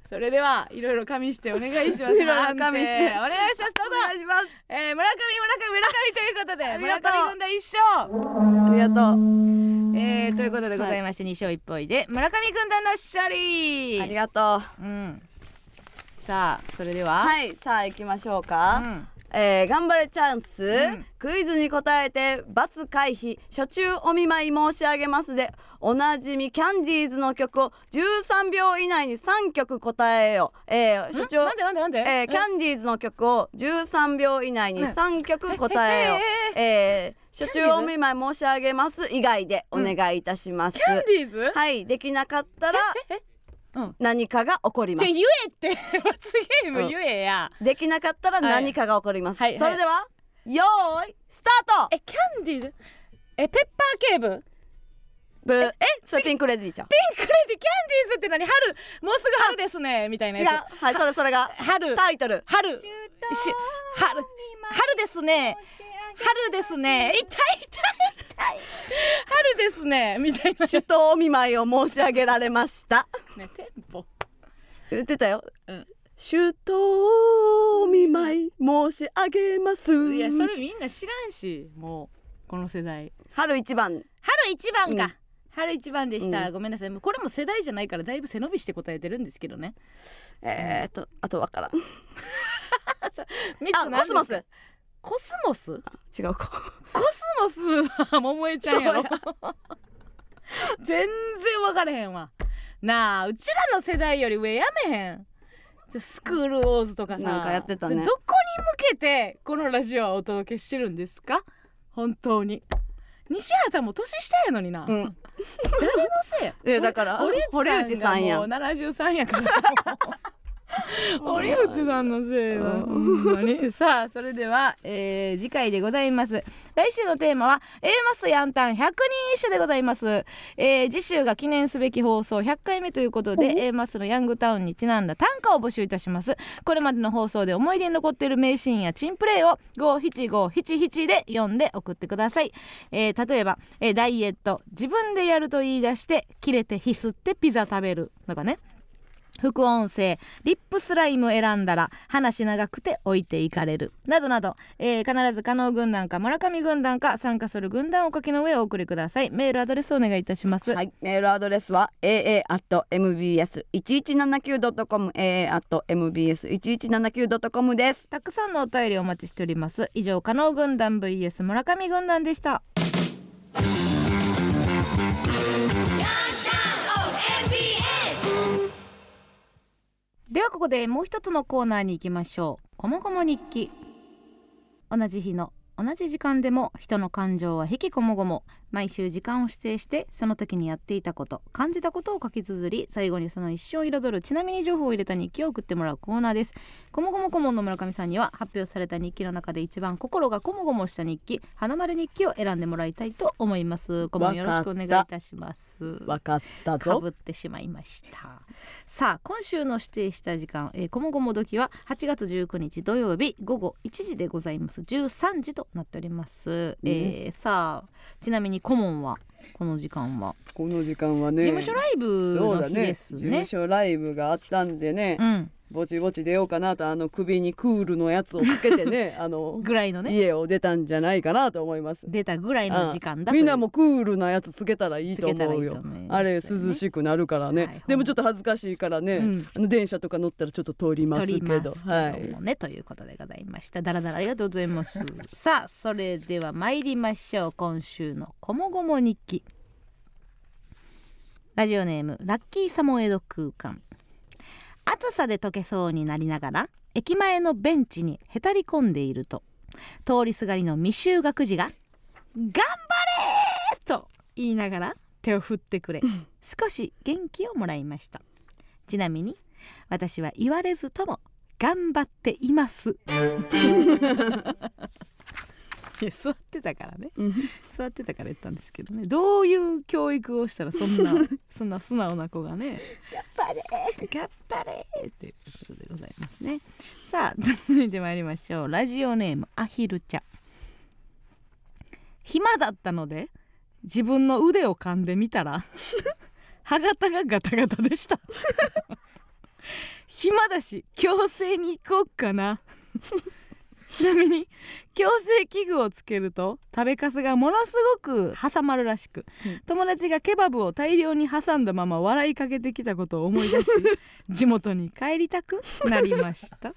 それではいろいろ加味してお願いします。 いろいろ加味してお願いします。どうぞ。 お願いします。 えー、村上村上村上ということでありがとう村上軍団一勝。 ありがとう。 えー、ということでございまして、はい、に勝いち敗で村上軍団の勝利。 ありがとう。うん。さあそれでははいさあ行きましょうか。 うんえー、頑張れチャンス、うん、クイズに答えて罰回避初中お見舞い申し上げますでおなじみキャンディーズの曲をじゅうさんびょう以内にさんきょく答えよう、えー、初中なんでなんでなんで、 えー、キャンディーズの曲をじゅうさんびょう以内にさんきょく答えよう、えーえー、初中お見舞い申し上げます以外でお願いいたします、 うん、キャンディーズはいできなかったらうん、何かが起こります。 じゃ言えって罰ゲーム言えや、 うん、できなかったら何かが起こります、はいはいはい、それではよーいスタート。 えキャンディーズえペッパー警部ブーえそれピンクレディーちゃん。 ピンクレディーキャンディーズって何春もうすぐ春ですねみたいなやつ。 違うはいそれそれが春タイトル春し春春ですね春ですね痛い痛い痛い春ですねみたいな首都お見舞いを申し上げられましたねテンポ言ってたよ、うん、首都お見舞い申し上げますいやそれみんな知らんしもうこの世代春一番春一番か、うん、春一番でした、 うん、 ごめんなさいこれも世代じゃないからだいぶ背伸びして答えてるんですけどねえーっとあとわからんみっつあコスモスコスモス違うかコスモスは桃江ちゃんやろ全然分かれへんわなあうちらの世代より上やめへんスクールウォーズとかさなんかやってたね。 どこに向けてこのラジオはお届けしてるんですか本当に西畑も年下やのにな、うん、誰のせいいやだから堀内さんがもうななじゅうさんやから堀内さんのせいだほんまにさあそれでは、えー、次回でございます来週のテーマは A マスヤンタンひゃくにん一首でございます、えー、次週が記念すべき放送ひゃっかいめということで A マスのヤングタウンにちなんだ短歌を募集いたします。これまでの放送で思い出に残っている名シーンやチンプレーをごーななごーななで読んで送ってください、えー、例えば、えー、ダイエット自分でやると言い出して切れてひすってピザ食べるとかね副音声リップスライム選んだら話長くて置いていかれるなどなど、えー、必ず加納軍団か村上軍団か参加する軍団をお書きの上お送りください。メールアドレスお願いいたします。 はいメールアドレスは エーエー アット エムビーエス いちいちななきゅう ドットコム エーエー アット エムビーエス いちいちななきゅう ドットコム です。 たくさんのお便りお待ちしております。以上加納軍団 ブイエス 村上軍団でした。ではここでもう一つのコーナーに行きましょう。こもごも日記。同じ日の同じ時間でも人の感情は引きこもごも。毎週時間を指定してその時にやっていたこと感じたことを書き綴り最後にその一生を彩るちなみに情報を入れた日記を送ってもらうコーナーです。こもごも顧問の村上さんには発表された日記の中で一番心がこもごもした日記花丸日記を選んでもらいたいと思います。顧問よろしくお願いいたします。 わかったぞ。 かぶってしまいました。さあ今週の指定した時間、えー、こもごも時ははちがつじゅうくにち土曜日ごごいちじでございます。じゅうさんじとなっております、うんえー、さあちなみに顧問はこの時間はこの時間はね事務所ライブの日ですね。 そうだね事務所ライブがあったんでね、 うんぼちぼち出ようかなとあの首にクールのやつをつけてねあのぐらいのね家を出たんじゃないかなと思います。 出たぐらいの時間だみんなもクールなやつつけたらいいと思うよ。 いいとね、 あれ涼しくなるからね、はい、でもちょっと恥ずかしいからね、うん、あの電車とか乗ったらちょっと通りますけど通りますけどもね、はい、ということでございました。だらだらありがとうございますさあそれでは参りましょう。今週のこもごも日記。ラジオネームラッキーサモエド空間。暑さで溶けそうになりながら駅前のベンチにへたり込んでいると通りすがりの未就学児が頑張れーと言いながら手を振ってくれ少し元気をもらいました。ちなみに私は言われずとも頑張っていますいや座ってたからね座ってたから言ったんですけどね、どういう教育をしたらそんなそんな素直な子がね頑張れ頑張れっていうことでございますね。さあ続いてまいりましょう。ラジオネームアヒルちゃん。暇だったので自分の腕を噛んでみたら歯型がガタガタでした暇だし矯正に行こうかなちなみに矯正器具をつけると食べかすがものすごく挟まるらしく、うん、友達がケバブを大量に挟んだまま笑いかけてきたことを思い出し地元に帰りたくなりました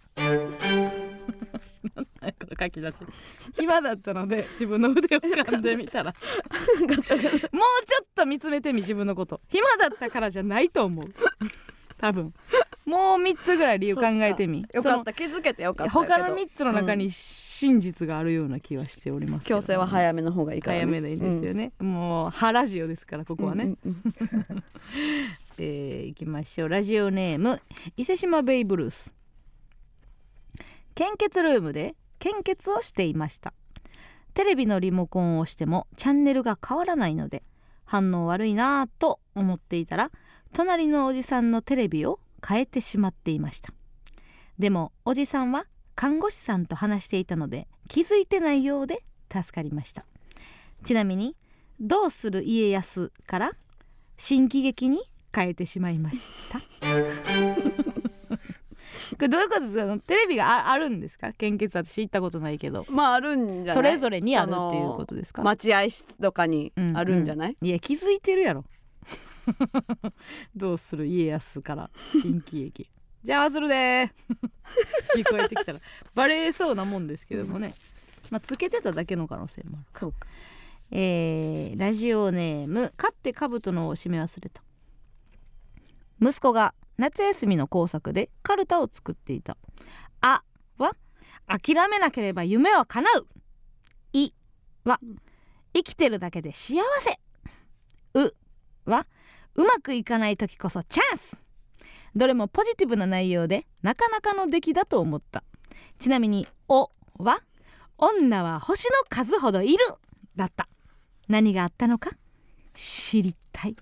この書き出し暇だったので自分の腕を噛んでみたらもうちょっと見つめてみ自分のこと。暇だったからじゃないと思う多分もうみっつぐらい理由考えてみ。 よかった、気づけてよかった。 他のみっつの中に真実があるような気はしておりますけど、 矯正は早めの方がいいからね。 早めでいいですよね、うん、もうハラジオですからここはね、うんうんうんえー、いきましょう。ラジオネーム伊勢島ベイブルース。献血ルームで献血をしていました。テレビのリモコンを押してもチャンネルが変わらないので反応悪いなぁと思っていたら、隣のおじさんのテレビを変えてしまっていました。でもおじさんは看護師さんと話していたので気づいてないようで助かりました。ちなみにどうする家康から新喜劇に変えてしまいましたこれどういうことですか？テレビが あ, あるんですか？献血私行ったことないけど。 まああるんじゃない？ それぞれにあるっていうことですか？ 待合室とかにあるんじゃない？ うんうん、いや気づいてるやろどうする家康から新喜劇じゃあするで聞こえてきたらバレそうなもんですけどもね、まあ、つけてただけの可能性もあるか。 そうか。 えー、ラジオネーム勝って兜のを締め忘れた。息子が夏休みの工作でカルタを作っていた。あは諦めなければ夢は叶う。いは生きてるだけで幸せ。うはうまくいかない時こそチャンス。どれもポジティブな内容でなかなかの出来だと思った。ちなみにおは女は星の数ほどいるだった。何があったのか知りたい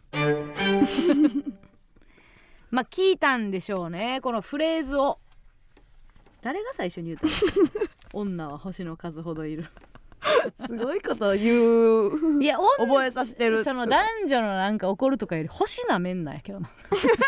まあ聞いたんでしょうね、このフレーズを。誰が最初に言ったの女は星の数ほどいるすごいこと言う。 いや覚えさせてる。 その男女のなんか怒るとかより星なめんなやけどな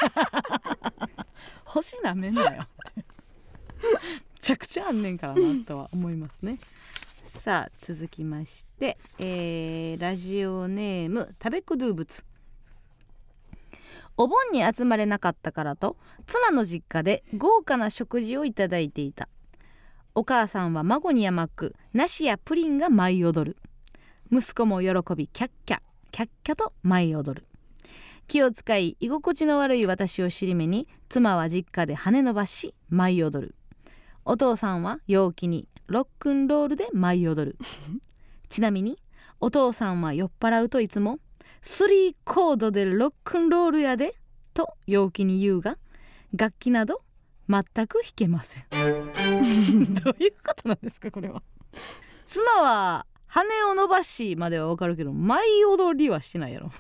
星なめんなよめちゃくちゃあんねんからなとは思いますねさあ続きまして、えー、ラジオネーム食べくどうぶつ。お盆に集まれなかったからと妻の実家で豪華な食事をいただいていた。お母さんは孫に甘く梨やプリンが舞い踊る。息子も喜びキャッキャキャッキャと舞い踊る。気を使い居心地の悪い私を尻目に妻は実家で羽伸ばし舞い踊る。お父さんは陽気にロックンロールで舞い踊るちなみにお父さんは酔っ払うといつもスリーコードでロックンロールやでと陽気に言うが、楽器など全く弾けませんどういうことなんですかこれは。妻は羽を伸ばしまでは分かるけど舞い踊りはしてないやろ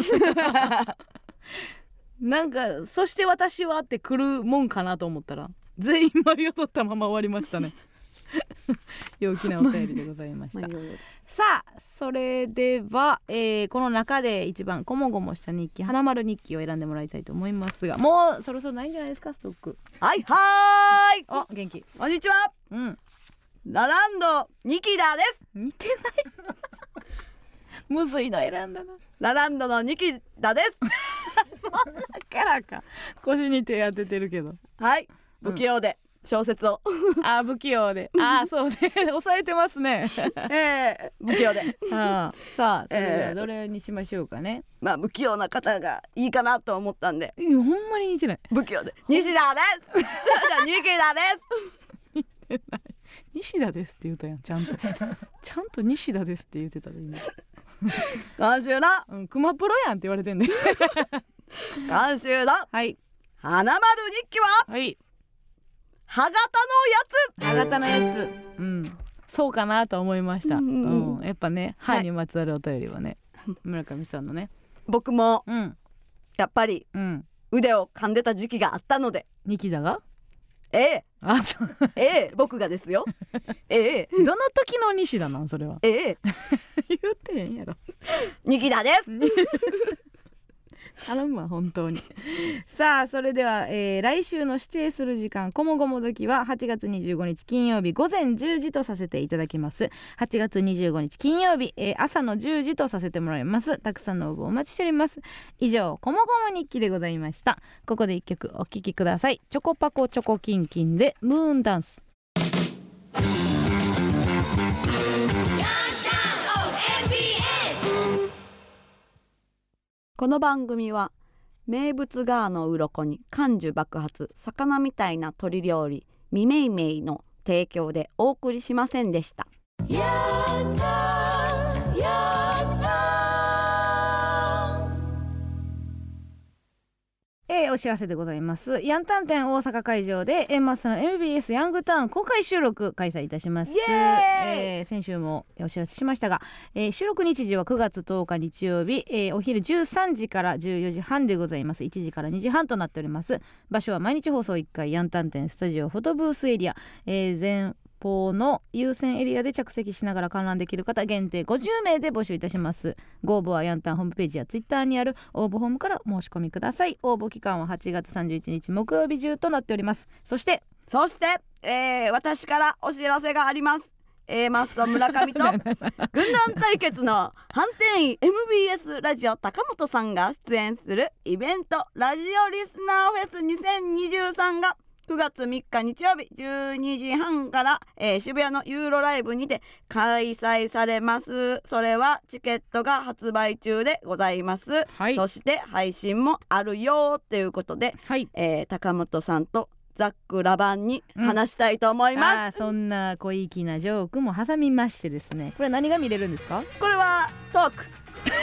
なんかそして私はって来るもんかなと思ったら全員舞い踊ったまま終わりましたね陽気なお便りでございましたさあそれでは、えー、この中で一番こもごもした日記花丸日記を選んでもらいたいと思いますが、もうそろそろないんじゃないですかストック。 はいはーい。 あ元気。 こんにちは。うんラランドニキダです。 似てないむずいの選んだな。 ラランドのニキダですそんなキャラか。腰に手当ててるけどはい不器用で、うん、小説をあ不器用であそうね抑えてますねえー、不器用であさあそれではどれにしましょうかね、 えー、まあ不器用な方がいいかなと思ったんで。 ほんまに似てない。 不器用で西田ですじゃあニキダです似てない西田ですって言うたやんちゃんとちゃんと西田ですって言ってたで今今週の、 うん、熊プロやんって言われてんで今週のはい花丸日記ははい歯型のやつ。 歯型のやつうんそうかなと思いました、うん、うん、やっぱね歯にまつわるお便りはね、はい、村上さんのね僕も、 うん、 やっぱり、うん、腕を噛んでた時期があったので。 ニキダがええあそうええ僕がですよええどの時の西田なんそれはええ言うてへんやろニキダです頼むわ本当にさあそれでは、えー、来週の指定する時間こもごも時ははちがつにじゅうごにち金曜日午前じゅうじとさせていただきます。はちがつにじゅうごにち金曜日、えー、朝のじゅうじとさせてもらいます。たくさんの応募お待ちしております。以上こもごも日記でございました。ここで一曲お聴きください。チョコパコチョコキンキンでムーンダンス。 この番組は名物ガーの鱗に感受爆発魚みたいな鶏料理ミメイメイの提供でお送りしませんでした。やったやったえー、お知らせでございます。ヤンタン展大阪会場でエンマスの エムビーエス ヤングタウン公開収録開催いたします。 イエーイ、 えー、先週もお知らせしましたが、えー、収録日時はくがつとおか日曜日、えー、お昼じゅうさんじからじゅうよじはんでございます。いちじからにじはんとなっております。場所は毎日放送いっかいヤンタン展スタジオフォトブースエリア、えー、全方の優先エリアで着席しながら観覧できる方限定ごじゅうめいで募集いたします。ご応募はヤンタンホームページやツイッターにある応募フォームから申し込みください。応募期間ははちがつさんじゅういちにち木曜日中となっております。そしてそして、えー、私からお知らせがあります。A マッソ村上と軍団対決の反転員 エムビーエス ラジオ高本さんが出演するイベントラジオリスナーフェスにせんにじゅうさんがくがつみっか日曜日じゅうにじはんから、えー、渋谷のユーロライブにて開催されます。それはチケットが発売中でございます、はい、そして配信もあるよっていうことで、はい、えー、高本さんとザックラバンに話したいと思います、うん、 あそんな小粋なジョークも挟みましてですね、これ何が見れるんですか？ これはトーク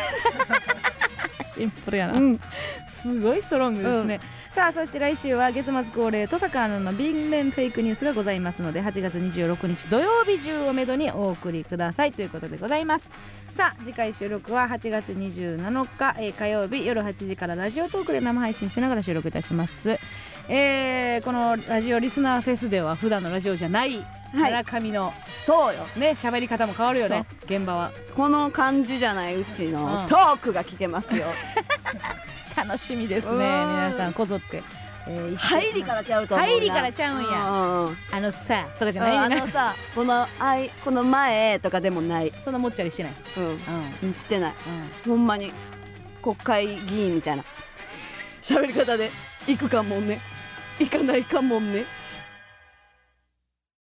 シンプルやな、うん、すごいストロングですね、うん、さあそして来週は月末恒例登坂アナのビンレンフェイクニュースがございますのではちがつにじゅうろくにち土曜日中をめどにお送りくださいということでございます。さあ次回収録ははちがつにじゅうなのか、えー、火曜日夜はちじからラジオトークで生配信しながら収録いたします。えー、このラジオリスナーフェスでは普段のラジオじゃない村上の、はい、 そうよね、喋り方も変わるよね。現場はこの感じじゃないうちのトークが聞けますよ、 うん、楽しみですね。皆さんこぞって、 えー、入りからちゃうと思うな。 入りからちゃうんや、うん、あのさとかじゃない、 あのさこのあいこの前とかでもない、 そんなもっちゃりしてない、 うん、うん、してない、うん、ほんまに国会議員みたいな喋り方で行くかもね行かないかもね